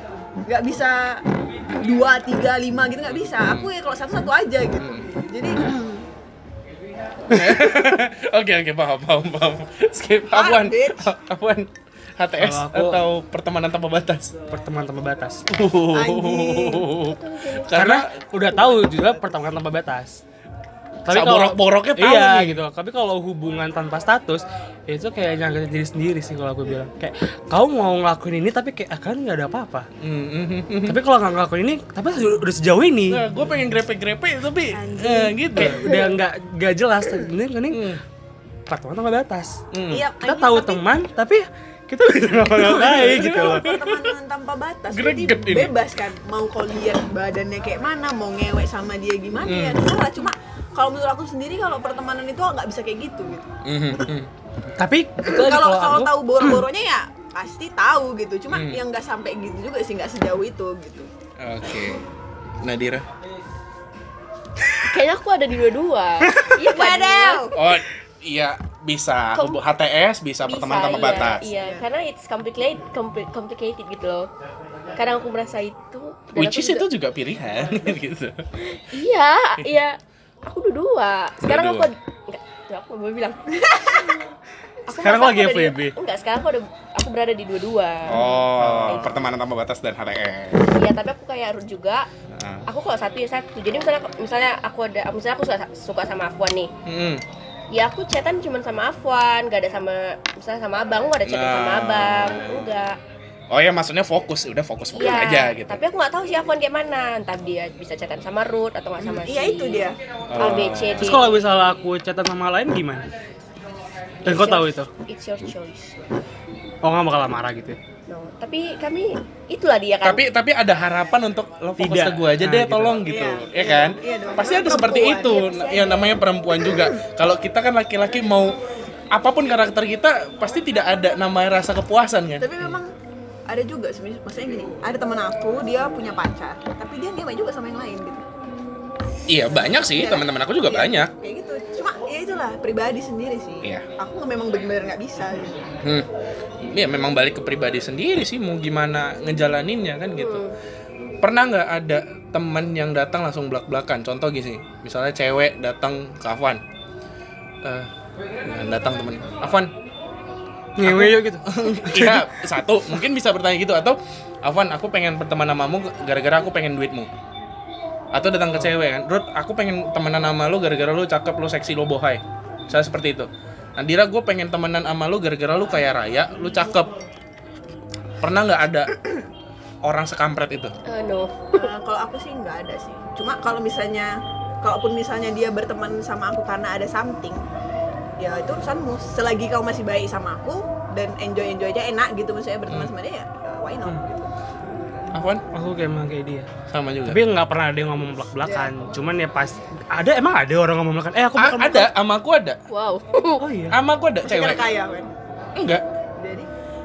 2, 3, 5 gitu, nggak bisa. Aku ya kalau satu aja gitu. Jadi Oke, paham. Skip. Afwan. bitch. Afwan. HTS Kalau aku- atau pertemanan tanpa batas? Pertemanan tanpa batas. Anjing. Karena udah tahu juga pertemanan tanpa batas. Tapi Saborok-boroknya tahu iya nih. gitu. Tapi kalau hubungan tanpa status itu kayak nyangkut diri sendiri sih kalau aku bilang. Kayak kau mau ngelakuin ini tapi kayak kan nggak ada apa-apa. Tapi kalau nggak ngelakuin ini, tapi udah sejauh ini. Nah, gue pengen grepe-grepe tapi gitu. Kayak udah nggak jelas. Ini pertemanan tanpa batas. Iya, Kita anjing, tahu tapi teman, tapi kita bisa ngapa-ngapain gitu loh. pertemanan tanpa batas Greget jadi ini. bebas kan, mau kau lihat badannya kayak mana, mau ngewek sama dia gimana ya terserah. Cuma kalau menurut aku sendiri kalau pertemanan itu nggak bisa kayak gitu. Tapi itu lagi Kalau aku tahu boro-boronya ya pasti tahu gitu. Cuma yang nggak sampai gitu juga sih, nggak sejauh itu gitu. Oke. Nadira. Kayaknya aku ada di dua-dua. Iya kan? Wadaw. Oh, iya bisa HTS, bisa pertemanan tanpa iya, batas. Iya, karena it's complicated gitu loh. Kadang aku merasa itu dan Which aku is itu juga pilihan gitu. Iya. Aku dua-dua. Sekarang Dua-dua. aku mau bilang. Sekarang merasa lagi aku ada FWB. Enggak, sekarang aku berada di dua-dua. Oh, pertemanan tanpa batas dan HTS. Iya, tapi aku kayak juga. Nah. Aku kalau satu ya satu. Jadi misalnya aku suka sama Afwan nih. Ya aku chatan cuma sama Afwan, gak ada sama misalnya sama abang, gak ada chatting sama abang, enggak. Oh ya, maksudnya fokus Iya, aja gitu. tapi aku nggak tahu si Afwan kayak mana. Entah dia bisa chatan sama Ruth atau nggak sama si Iya, itu dia. A, B, C, D. Terus kalau misalnya aku chatan sama lain gimana? Dan kau tahu itu? It's your choice. Oh nggak bakal marah gitu ya? No, tapi kami itulah dia kan. Tapi ada harapan untuk lo fokus Tidak. ke gue aja Nah, deh, gitu. tolong gitu. Iya, Ya kan? iya dong. Pasti ada Perempuan, seperti itu. ya, Yang namanya perempuan juga. Kalau kita kan laki-laki mau apapun karakter kita pasti tidak ada namanya rasa kepuasan kan. Tapi memang ada juga maksudnya gini, ada teman aku dia punya pacar, tapi dia ngewe juga sama yang lain gitu. Iya, banyak sih, Iya. teman-teman aku juga Iya, banyak. kayak gitu. Cuma ya itulah pribadi sendiri sih. Iya. Aku memang benar-benar nggak bisa gitu. Ya memang balik ke pribadi sendiri sih, mau gimana ngejalaninnya kan gitu. Pernah nggak ada teman yang datang langsung belak-belakan? Contoh gini, misalnya cewek datang ke Afwan, datang temen Afwan, Ngewe yuk gitu. iya satu mungkin bisa bertanya gitu, atau Afwan aku pengen berteman samamu gara-gara aku pengen duitmu. Atau datang ke cewek kan, Ruth aku pengen temenan sama lu gara-gara lu cakep, lu seksi, lu bohai. Saya seperti itu. Nadira gue pengen temenan sama lu gara-gara lu kaya raya, lu cakep. Pernah nggak ada orang sekampret itu? No. Kalau aku sih nggak ada sih. Cuma kalau misalnya, kalaupun misalnya dia berteman sama aku karena ada something, ya itu urusanmu. Selagi kau masih baik sama aku dan enjoy aja enak gitu, maksudnya berteman sama dia, ya why not? Gitu. Afwan Aku kayak dia. sama juga. Tapi nggak pernah ada yang ngomong belak-belakan. Cuman ya pas emang ada orang ngomong belak-belakan. Aku bukan Ada, sama aku ada. Wow. Oh iya. Sama aku ada Secara cewek. kaya kan. Enggak. Jadi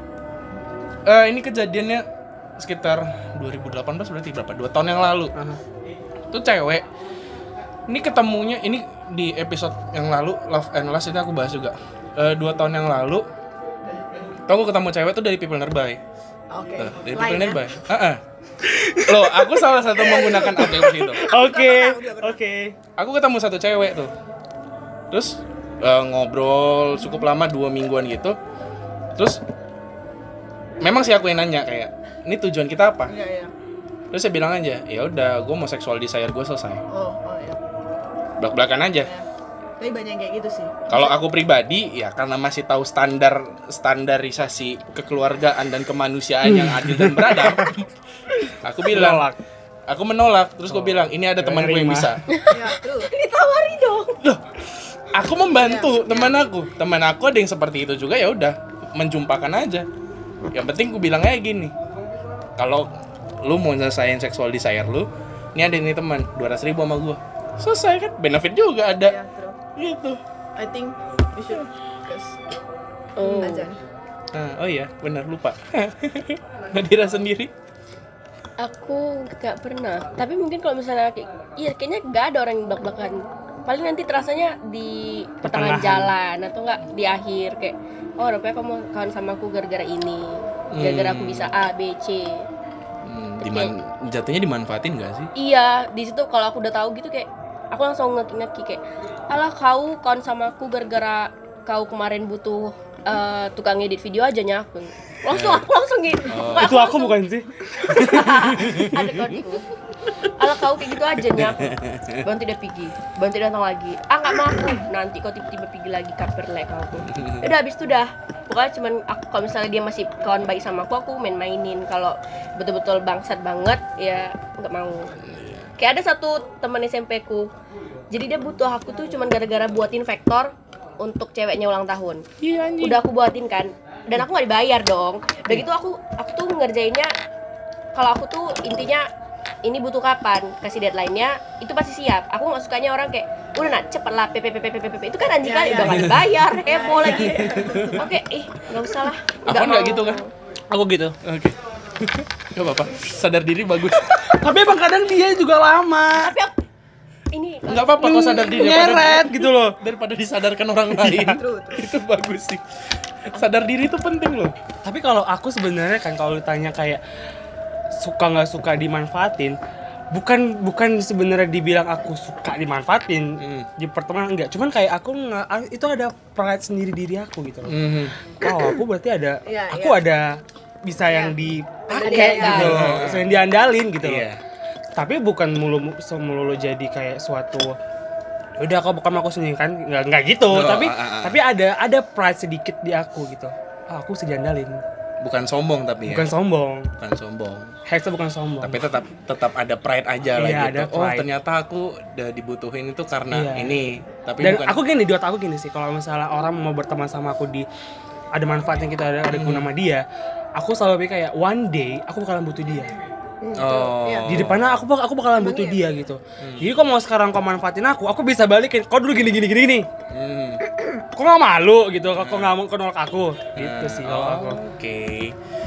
Ini kejadiannya sekitar 2018 berarti berapa? 2 tahun yang lalu. Aha. Itu cewek. Ini ketemunya ini di episode yang lalu Love and Lust itu aku bahas juga. 2 tahun yang lalu aku ketemu cewek tuh dari People Nearby. oke. Dari Lain People ya? Nearby. Loh, aku salah satu menggunakan aplikasi itu. Oke. Aku ketemu satu cewek tuh. Terus ngobrol cukup lama 2 mingguan gitu. Terus memang sih aku yang nanya kayak, ini tujuan kita apa? Iya, iya. Terus saya bilang aja, ya udah, gue mau sexual desire gue selesai. Oh iya. Belak-belakan aja. Ya. Tapi banyak yang kayak gitu sih. Kalau aku pribadi, ya karena masih tahu standarisasi kekeluargaan dan kemanusiaan yang adil dan beradab, aku bilang, aku menolak. Terus gue bilang, ini ada temanku yang bisa. Ya, true. Ditawari dong. Loh, aku membantu teman aku ada yang seperti itu juga, ya udah menjumpakan aja. Yang penting gue bilang aja gini, kalau lu mau nyelesain sexual desire lu, ini ada ini teman 200.000 sama gue, selesai kan, benefit juga ada. Ya, true. Gitu. I think we should cause azan. Oh iya, benar lupa. Nadira sendiri? Aku nggak pernah. Tapi mungkin kalau misalnya kayaknya nggak ada orang yang belak-belakan. Paling nanti terasanya di pertengahan jalan atau enggak di akhir kayak, oh rupanya kamu kawan sama aku gara-gara ini, gara-gara aku bisa A, B, C. Jatuhnya dimanfaatin gak sih? Iya, di situ kalau aku udah tahu gitu kayak aku langsung ngeki-ngeki kayak, alah kau kawan sama aku gara-gara kau kemarin butuh tukang edit video aja nyakun. Aku langsung gitu. Itu aku bukan sih? Ada kawanku. Alah kau kayak gitu aja nyakun. Bantu dia pergi, bantu dia datang lagi. Nggak mau aku. Nanti kau tiba-tiba pergi lagi kaperlek aku. Udah habis itu dah. Pokoknya cuman aku kalau misalnya dia masih kawan baik sama aku main-mainin. Kalau betul-betul bangsat banget ya nggak mau. Kayak ada satu teman SMP ku. Jadi dia butuh aku tuh cuman gara-gara buatin vektor untuk ceweknya ulang tahun. Iya anjing. Udah aku buatin kan. Dan aku nggak dibayar dong. Udah gitu aku tuh ngerjainnya, kalau aku tuh intinya ini butuh kapan, kasih deadline-nya, itu pasti siap. Aku nggak sukanya orang kayak udah nak cepet lah, PP itu kan anjing kali, udah nggak dibayar, heboh lagi. Oke, nggak usah lah. Aku nggak gitu kan? Aku gitu. Oke. Gak apa-apa, sadar diri bagus. Tapi emang kadang dia juga lama. Tapi aku ini Nggak apa-apa kalau sadar diri Nyeret gitu loh. daripada disadarkan orang lain. True. Itu bagus sih. Sadar diri itu penting loh. Tapi kalau aku sebenarnya kan kalau ditanya kayak suka nggak suka dimanfaatin, bukan sebenarnya dibilang aku suka dimanfaatin di pertemanan, enggak. Cuman kayak aku itu ada pride sendiri diri aku gitu loh. Oh, aku berarti ada Iya, aku iya. ada bisa yang dipakai diandalin. gitu loh, bisa yang diandalin gitu loh. Iya. Tapi bukan melulu jadi kayak suatu udah aku sendiri kan nggak gitu. No, tapi ada pride sedikit di aku gitu. Aku bisa diandalin. Bukan sombong tapi ya. Bukan sombong. Bukan sombong. Hexa bukan sombong. Tapi tetap ada pride aja lah Iya, gitu. ada Oh, pride. ternyata aku udah dibutuhin itu karena Iya. ini. Tapi Dan bukan aku gini, di otak aku gini sih, kalau misalnya orang mau berteman sama aku ada manfaatnya gitu, ada guna sama dia, aku selalu pikir kayak one day aku bakalan butuh dia. Oh. Iya. Di depannya aku bakalan butuh dia gitu. Jadi kalau mau sekarang kau manfaatin aku bisa balikin. Kau dulu gini. Hmm. Kok nggak malu gitu? Kok nggak mau nolak aku? Gitu sih kalau aku. Oke.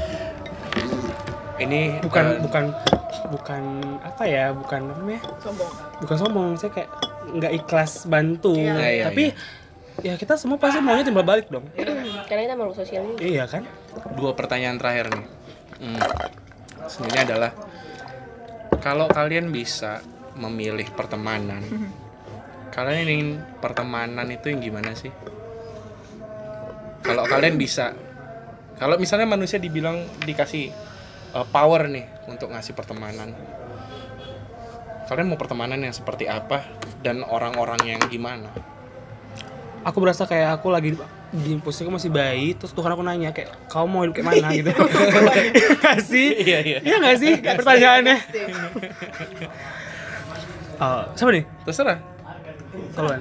Ini Bukan apa ya? Bukan apa namanya? Sombong. Bukan sombong. Saya kayak nggak ikhlas bantu. Iya. Iya, Tapi ya kita semua pasti maunya timbal balik dong. Karena kita makhluk sosial juga. Iya kan? 2 pertanyaan terakhir nih. Sebenarnya adalah kalau kalian bisa memilih pertemanan, kalian ingin pertemanan itu yang gimana sih? Kalau kalian bisa, kalau misalnya manusia dikasih power nih untuk ngasih pertemanan, kalian mau pertemanan yang seperti apa dan orang-orang yang gimana? Aku berasa kayak aku lagi di posisiku masih bayi, terus Tuhan aku nanya kayak kau mau hidup kayak mana gitu. Nggak sih? Iya. Iya nggak sih pertanyaannya? Siapa nih? Terserah. Tolong.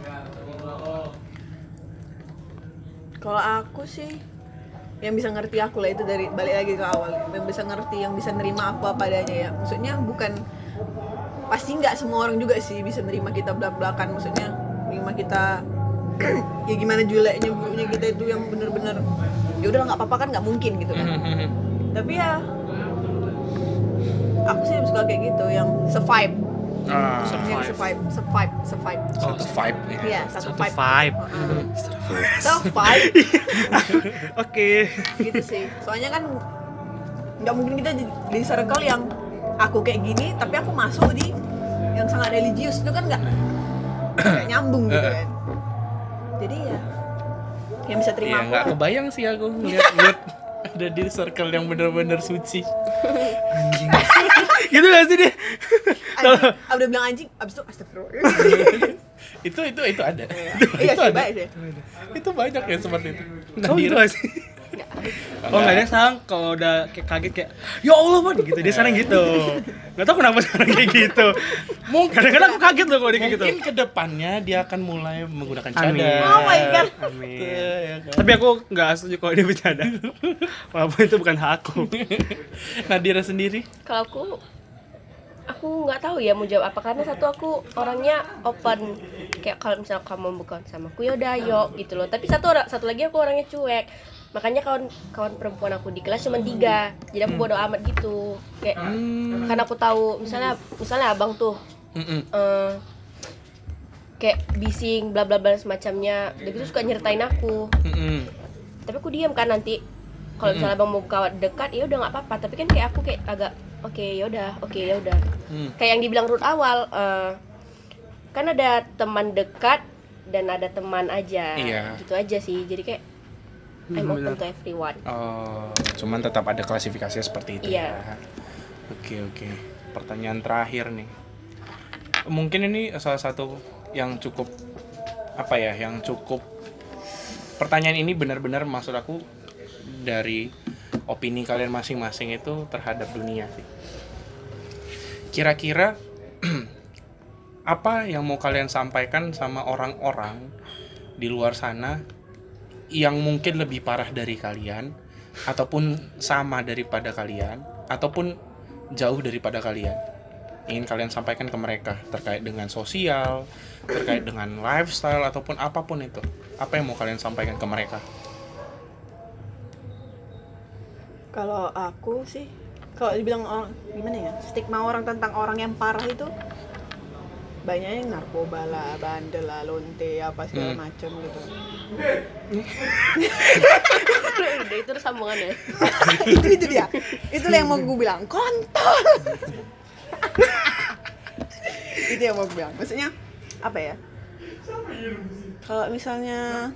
Kalau aku sih yang bisa ngerti aku lah, itu dari balik lagi ke awal, yang bisa ngerti, yang bisa nerima aku apa adanya ya. Maksudnya bukan, pasti nggak semua orang juga sih bisa nerima kita belak-belakan, maksudnya nerima kita ya gimana jeleknya buruknya kita itu yang bener-bener ya udah nggak apa-apa kan, nggak mungkin gitu kan. Tapi ya aku sih suka kayak gitu, yang survive. Yang survive. Satu vibe nih. Iya, satu Satu vibe. vibe. Survive. Oke. Gitu sih. Soalnya kan nggak mungkin kita di circle yang aku kayak gini tapi aku masuk di yang sangat religius, itu kan nggak nyambung gitu kan. Jadi ya yang bisa terima Iya, aku nggak lah. kebayang sih aku ngeliat ada di circle yang benar-benar suci. Anjing. Gitu gak sih dia? Anjing, udah bilang anjing abis itu astagfirullah. itu ada. Iya itu sih, ada. baik sih. Itu banyak yang seperti itu. Kamu gitu gak sih? Oh nggak, dia sekarang kalau udah kayak kaget kayak ya Allah man gitu, dia sekarang gitu. Nggak tahu kenapa sekarang kayak gitu. Kadang-kadang aku kaget loh kalau dia kayak gitu. Mungkin kedepannya dia akan mulai menggunakan Amin. cadar. Oh my God. Amin. Ya kan? Tapi aku nggak setuju kalau dia bercanda. Walaupun itu bukan hak aku. Nadira sendiri? Kalau aku nggak tahu ya mau jawab apa, karena satu aku orangnya open, kayak kalau misalnya kamu bukan sama aku ya udah yuk gitu loh. Tapi satu lagi aku orangnya cuek, makanya kawan perempuan aku di kelas cuma 3, jadi aku bodo amat gitu kayak karena aku tahu misalnya abang tuh kayak bising bla bla bla semacamnya, udah gitu suka nyertain aku, tapi aku diam kan. Nanti kalau misalnya abang mau kawan dekat ya udah nggak apa-apa, tapi kan kayak aku kayak agak oke ya udah kayak yang dibilang Ruth awal, kan ada teman dekat dan ada teman aja. Iya. Gitu aja sih, jadi kayak I'm open to everyone. Oh, cuman tetap ada klasifikasinya seperti itu Iya. ya. Oke. Pertanyaan terakhir nih. Mungkin ini salah satu yang cukup pertanyaan ini benar-benar maksud aku dari opini kalian masing-masing itu terhadap dunia sih. Kira-kira apa yang mau kalian sampaikan sama orang-orang di luar sana yang mungkin lebih parah dari kalian, ataupun sama daripada kalian, ataupun jauh daripada kalian, ingin kalian sampaikan ke mereka terkait dengan sosial, terkait dengan lifestyle, ataupun apapun itu. Apa yang mau kalian sampaikan ke mereka? Kalau aku sih, kalau dibilang orang gimana ya, stigma orang tentang orang yang parah itu banyak yang narkoba lah, bandel lah, lonte apa segala macam gitu. Udah itu terus sambungannya. itu dia. Itulah yang mau gue bilang, kontol. Itu yang mau gue bilang. Maksudnya apa ya? Kalau misalnya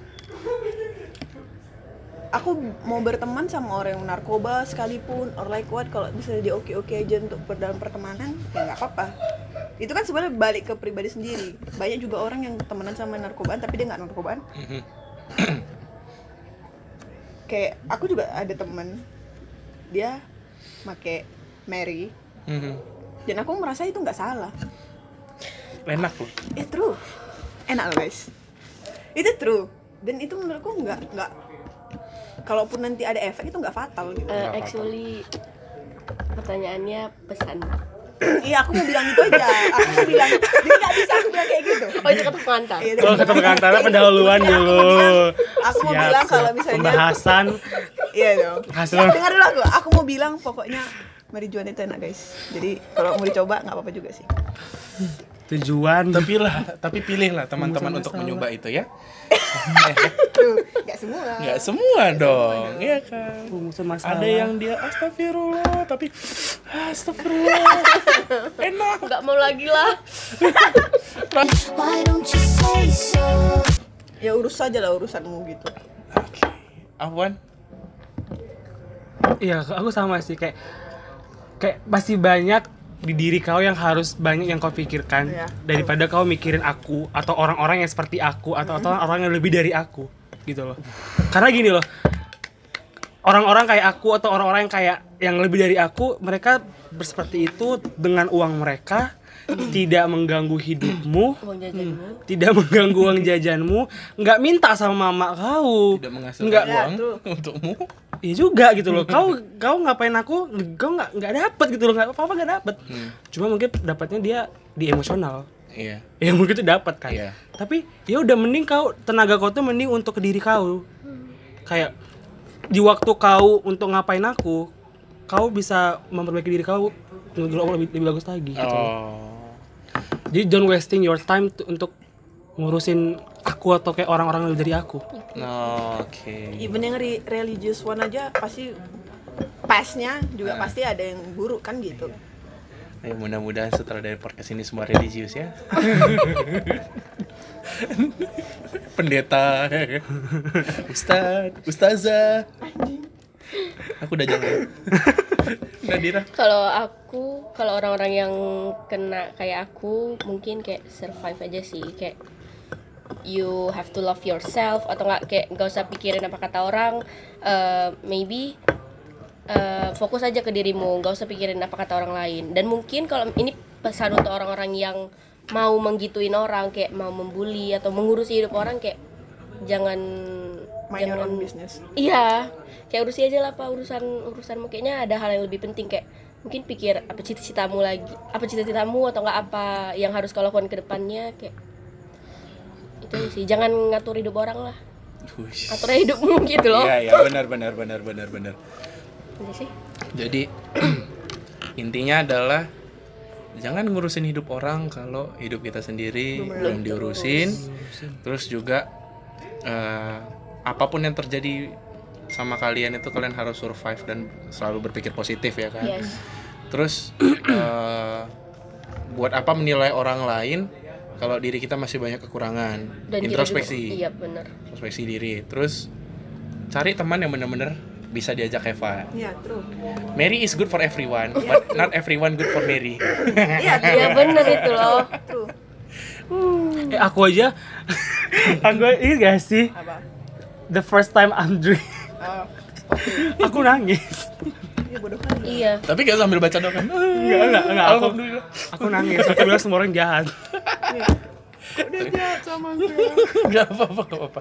aku mau berteman sama orang yang narkoba sekalipun, or like what, kalau bisa dia oke-oke aja untuk dalam pertemanan, ya nggak apa-apa. Itu kan sebenarnya balik ke pribadi sendiri. Banyak juga orang yang temenan sama narkobaan tapi dia nggak narkobaan. kayak aku juga ada temen dia make Mary dan aku merasa itu nggak salah. Enak loh. True, enak loh guys, itu true, dan itu menurutku nggak kalaupun nanti ada efek itu nggak fatal gitu. Actually pertanyaannya pesan. Iya, aku mau bilang itu aja. Aku mau bilang, jadi nggak bisa aku bilang kayak gitu. Oh, itu kata pengantar. Iya, Oh, kata pengantarnya pendahuluan dulu. Aku mau bilang kalau misalnya pembahasan. Iya dong. Hasil- Dengar dulu aku. Aku mau bilang pokoknya marijuana itu enak guys. Jadi kalau mau dicoba nggak apa-apa juga sih. Tujuan. Tapi pilihlah teman-teman untuk mencoba itu ya. Tuh, nggak semua. Nggak semua dong, iya kan. Rumusan masalah. Ada yang dia astagfirullah, tapi astagfirullah. Enak. Nggak mau lagi lah. Why don't you say so? Ya urus saja lah urusanmu gitu. Oke. Afwan, Iya, aku sama sih kayak masih banyak di diri kau yang harus banyak yang kau pikirkan Iya. daripada kau mikirin aku atau orang-orang yang seperti aku atau orang yang lebih dari aku gitu loh. Karena gini loh, orang-orang kayak aku atau orang-orang yang lebih dari aku, mereka seperti itu dengan uang mereka, tidak mengganggu hidupmu, Uang jajanmu. tidak mengganggu uang jajanmu, nggak minta sama mama kau, tidak menghasilkan nggak Ya, uang tuh. untukmu. iya juga gitu loh. Kau ngapain aku, kau nggak dapet gitu loh, nggak apa-apa nggak dapet. Cuma mungkin dapatnya dia di emosional. Iya. Ya mungkin itu dapat kan. Iya. Tapi ya udah mending kau tenaga kau tuh mending untuk ke diri kau. Kayak di waktu kau untuk ngapain aku, kau bisa memperbaiki diri kau lebih bagus lagi gitu. Oh. Jadi don't wasting your time untuk ngurusin aku atau kayak orang-orang lebih dari aku. Oke. Even yang religious one aja pasti pasnya juga pasti ada yang buruk kan gitu. Ya, mudah-mudahan setelah dari podcast ini semua religius ya. Pendeta, ustazah. Aku udah jangan. Nadira. Kalau orang-orang yang kena kayak aku mungkin kayak survive aja sih, kayak you have to love yourself atau nggak usah pikirin apa kata orang. Maybe fokus aja ke dirimu, nggak usah pikirin apa kata orang lain. Dan mungkin kalau ini pesan untuk orang-orang yang mau menggituin orang, kayak mau membuli atau mengurusi hidup orang, kayak jangan Mind your own business. Iya, kayak urusi aja lah Pak, urusanmu. Kayaknya ada hal yang lebih penting, kayak mungkin pikir apa cita-citamu atau nggak apa yang harus kau lakukan ke depannya, kayak itu sih. Jangan ngatur hidup orang lah, atur hidupmu gitu loh. Iya, benar. Gitu sih. Jadi intinya adalah jangan ngurusin hidup orang kalau hidup kita sendiri belum diurusin. Terus juga apapun yang terjadi sama kalian itu kalian harus survive dan selalu berpikir positif ya kan. Yes. Terus buat apa menilai orang lain kalau diri kita masih banyak kekurangan. Dan kita Introspeksi. juga, iya benar. Introspeksi diri. Terus cari teman yang benar-benar bisa diajak have fun. Iya, true. Mary is good for everyone, but not everyone good for Mary. Iya, Iya benar itu loh. true. Aku aja ini gak sih Apa? the first time I'm drink Oh, aku nangis. iya bodoh kali. Iya. Tapi gak sambil baca doa kan? Enggak Alhamdulillah. aku nangis. Aku bilang semua orang jahat. Udah jahat sama gue. Gak apa-apa.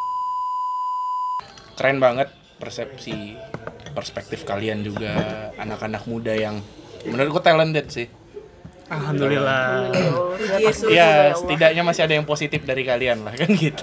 Keren banget perspektif kalian juga, anak-anak muda yang menurutku talented sih. Alhamdulillah. Yesus. Ya, setidaknya masih ada yang positif dari kalian lah kan gitu.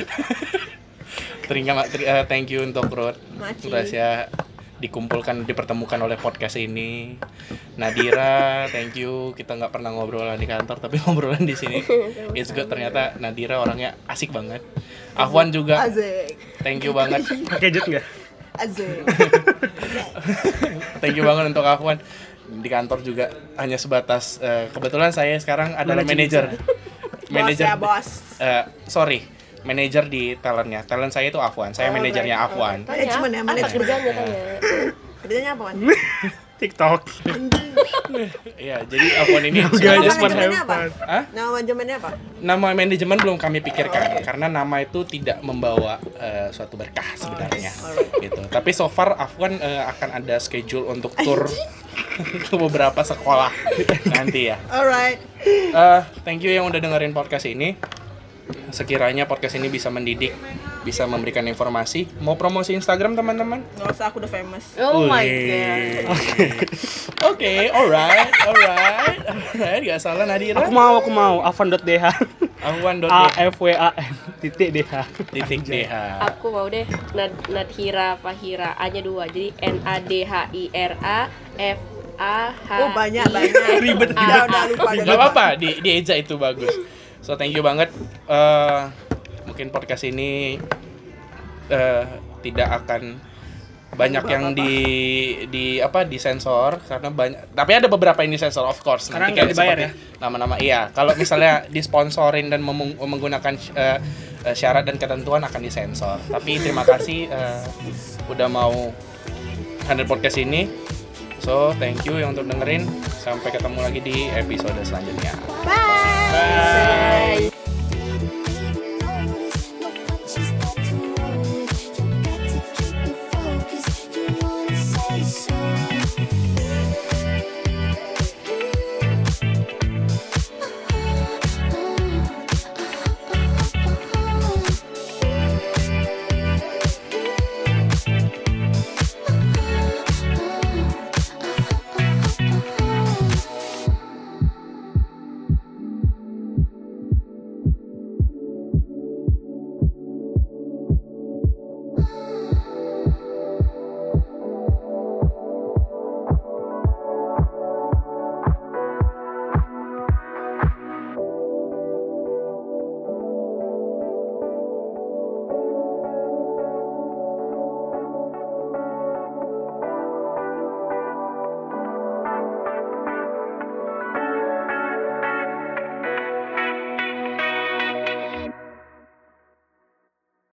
Thank you untuk Ruth. Maci. Gracia dipertemukan oleh podcast ini. Nadira, thank you. Kita nggak pernah ngobrolan di kantor, tapi ngobrolan di sini. It's good, ternyata Nadira orangnya asik banget. Afwan juga, Azek. thank you banget. Pakai jet enggak? Azek. Thank you banget untuk Afwan. Di kantor juga hanya sebatas kebetulan saya sekarang adalah manajer. Bos. Manajer di talentnya. Talent saya itu Afwan. Saya manajernya Afwan. Management ya, Apa management. kerjanya tanya? Kerjanya apa, Wan? TikTok. Iya, jadi Afwan ini Guys, sudah ada what manajemennya apa? happened? Hah? Nama manajemennya apa? Nama manajemen belum kami pikirkan Oh, oke. karena nama itu tidak membawa suatu berkah sebenarnya gitu. Tapi so far Afwan akan ada schedule untuk tour ke beberapa sekolah nanti ya. Alright. Thank you yang udah dengerin podcast ini. Sekiranya podcast ini bisa mendidik, bisa memberikan informasi. Mau promosi Instagram teman-teman? Nggak usah, aku udah famous. Oh my Wih. god. Oke, alright. Gak salah Nadira. Aku mau Afwan.dh. Afwan.dh. AFWAN.dh. Aku mau deh Nadhira Fahira, A-nya 2. Jadi NADHIRA FAH. Oh, banyak. Ribet. Udah lupa. Gak apa-apa, di Eja itu bagus. So thank you banget. Mungkin podcast ini tidak akan banyak yang disensor karena banyak, tapi ada beberapa yang disensor of course. Karena Nanti nggak kayak dibayar seperti nama-nama iya. Kalau misalnya disponsorin dan menggunakan syarat dan ketentuan akan disensor. Tapi terima kasih udah mau hadir podcast ini. So thank you yang untuk dengerin. Sampai ketemu lagi di episode selanjutnya. Bye. Bye.